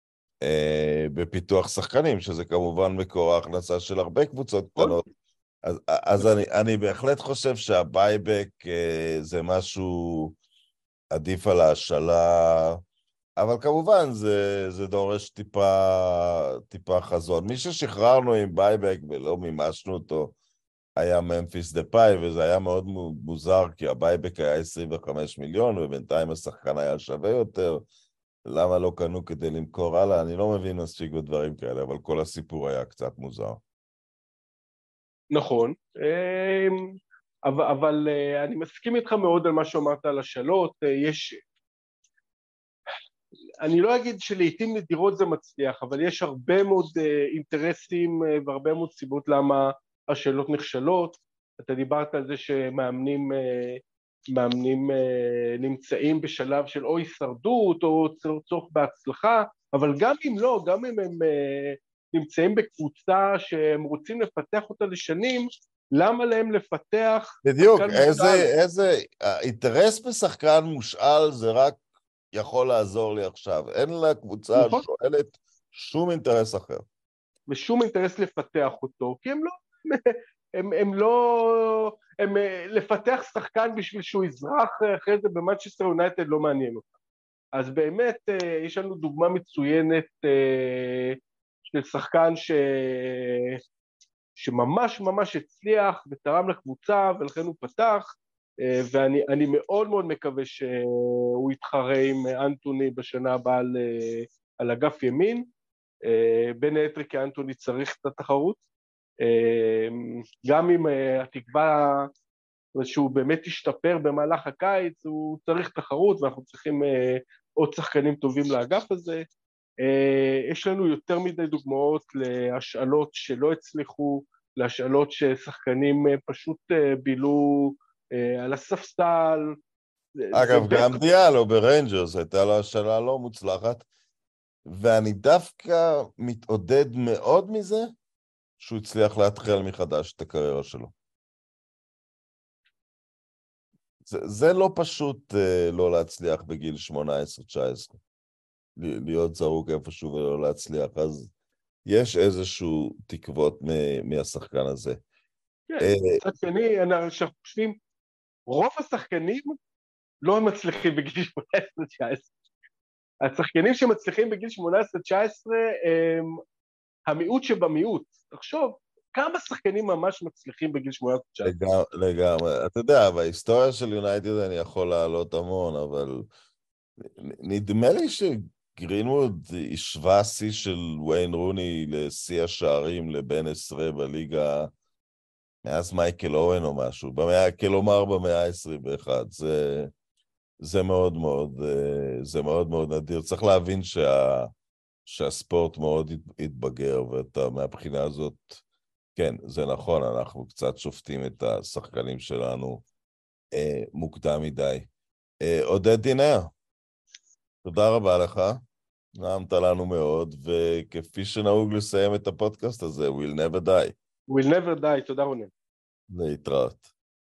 Speaker 1: בפיתוח שחקנים, שזה כמובן מקור ההכנסה של הרבה קבוצות קטנות. אז, אז אני, אני בהחלט חושב שהבייבק זה משהו עדיף על ההשאלה, אבל כמובן זה, זה דורש טיפה, טיפה חזון. מי ששחררנו עם בייבק ולא מימשנו אותו, היה ממפיס דפאי, וזה היה מאוד מוזר, כי הבייבק היה עשרים וחמישה מיליון, ובינתיים השחקן היה שווה יותר, למה לא קנו כדי למכור הלאה? אני לא מבין מספיק בדברים כאלה, אבל כל הסיפור היה קצת מוזר.
Speaker 2: נכון, אבל, אבל אני מסכים איתך מאוד על מה שאמרת על השאלות, יש, אני לא אגיד שלעיתים נדירות זה מצליח, אבל יש הרבה מאוד אינטרסים והרבה מאוד סיבות למה השאלות נכשלות. אתה דיברת על זה שמאמנים מאמנים נמצאים בשלב של או הישרדות או צורך בהצלחה, אבל גם אם לא, גם אם הם נמצאים בקבוצה שהם רוצים לפתח אותה לשנים, למה להם לפתח
Speaker 1: בדיוק,
Speaker 2: שחקן
Speaker 1: איזה,
Speaker 2: מושאל?
Speaker 1: איזה, האינטרס בשחקן מושאל זה רק יכול לעזור לי עכשיו. אין לקבוצה
Speaker 2: נכון?
Speaker 1: שואלת שום אינטרס אחר.
Speaker 2: ושום אינטרס לפתח אותו, כי הם לא, הם, הם לא, הם, לפתח שחקן בשביל שהוא יזרח אחרי זה במנצ'סטר יונייטד לא מעניין אותם. אז באמת יש לנו דוגמה מצוינת של שחקן ש... שממש ממש הצליח ותרם לקבוצה ולכן הוא פתח, ואני אני מאוד מאוד מקווה שהוא יתחרה עם אנטוני בשנה הבאה על, על אגף ימין, בין היתר כי אנטוני צריך את התחרות, גם אם התקווה שהוא באמת ישתפר במהלך הקיץ, הוא צריך תחרות ואנחנו צריכים עוד שחקנים טובים לאגף הזה. יש לנו יותר מדי דוגמאות להשאלות שלא הצליחו, להשאלות ששחקנים פשוט בילו על הספסל.
Speaker 1: אגב, גם דיאלו בריינג'רס הייתה לו השאלה לא מוצלחת, ואני דווקא מתעודד מאוד מזה שהוא הצליח להתחיל מחדש את הקריירה שלו. זה, זה לא פשוט uh, לא להצליח בגיל שמונה עשרה תשע עשרה, להיות זרוק איפשהו ולא להצליח, אז יש איזשהו תקוות מ- מהשחקן הזה.
Speaker 2: כן, מצד שני, אנחנו חושבים, רוב השחקנים לא מצליחים בגיל שמונה עשרה תשע עשרה. השחקנים שמצליחים בגיל שמונה עשרה תשע עשרה הם המיעוט שבמיעוט. תחשוב, כמה שחקנים ממש מצליחים בגיל שמונה עשרה תשע עשרה?
Speaker 1: לגמרי, לגמרי. אתה יודע, בהיסטוריה של יונייטד אני יכול לעלות המון, אבל נדמה לי שגרינווד השווה שיא של ויין רוני לשיא השערים לבן עשרה בליגה מאז מייקל אוהן או משהו, במאה, כלומר במאה ה-עשרים ואחת. זה, זה מאוד מאוד, זה מאוד מאוד נדיר. צריך להבין שה, שהספורט מאוד התבגר, ואתה מהבחינה הזאת, כן, זה נכון, אנחנו קצת שופטים את השחקנים שלנו אה, מוקדם מדי. אה, עודד דינר, תודה רבה לך, נעמת לנו מאוד, וכפי שנהוג לסיים את הפודקאסט הזה, we'll never die.
Speaker 2: We'll never die, תודה רונן.
Speaker 1: להתראות.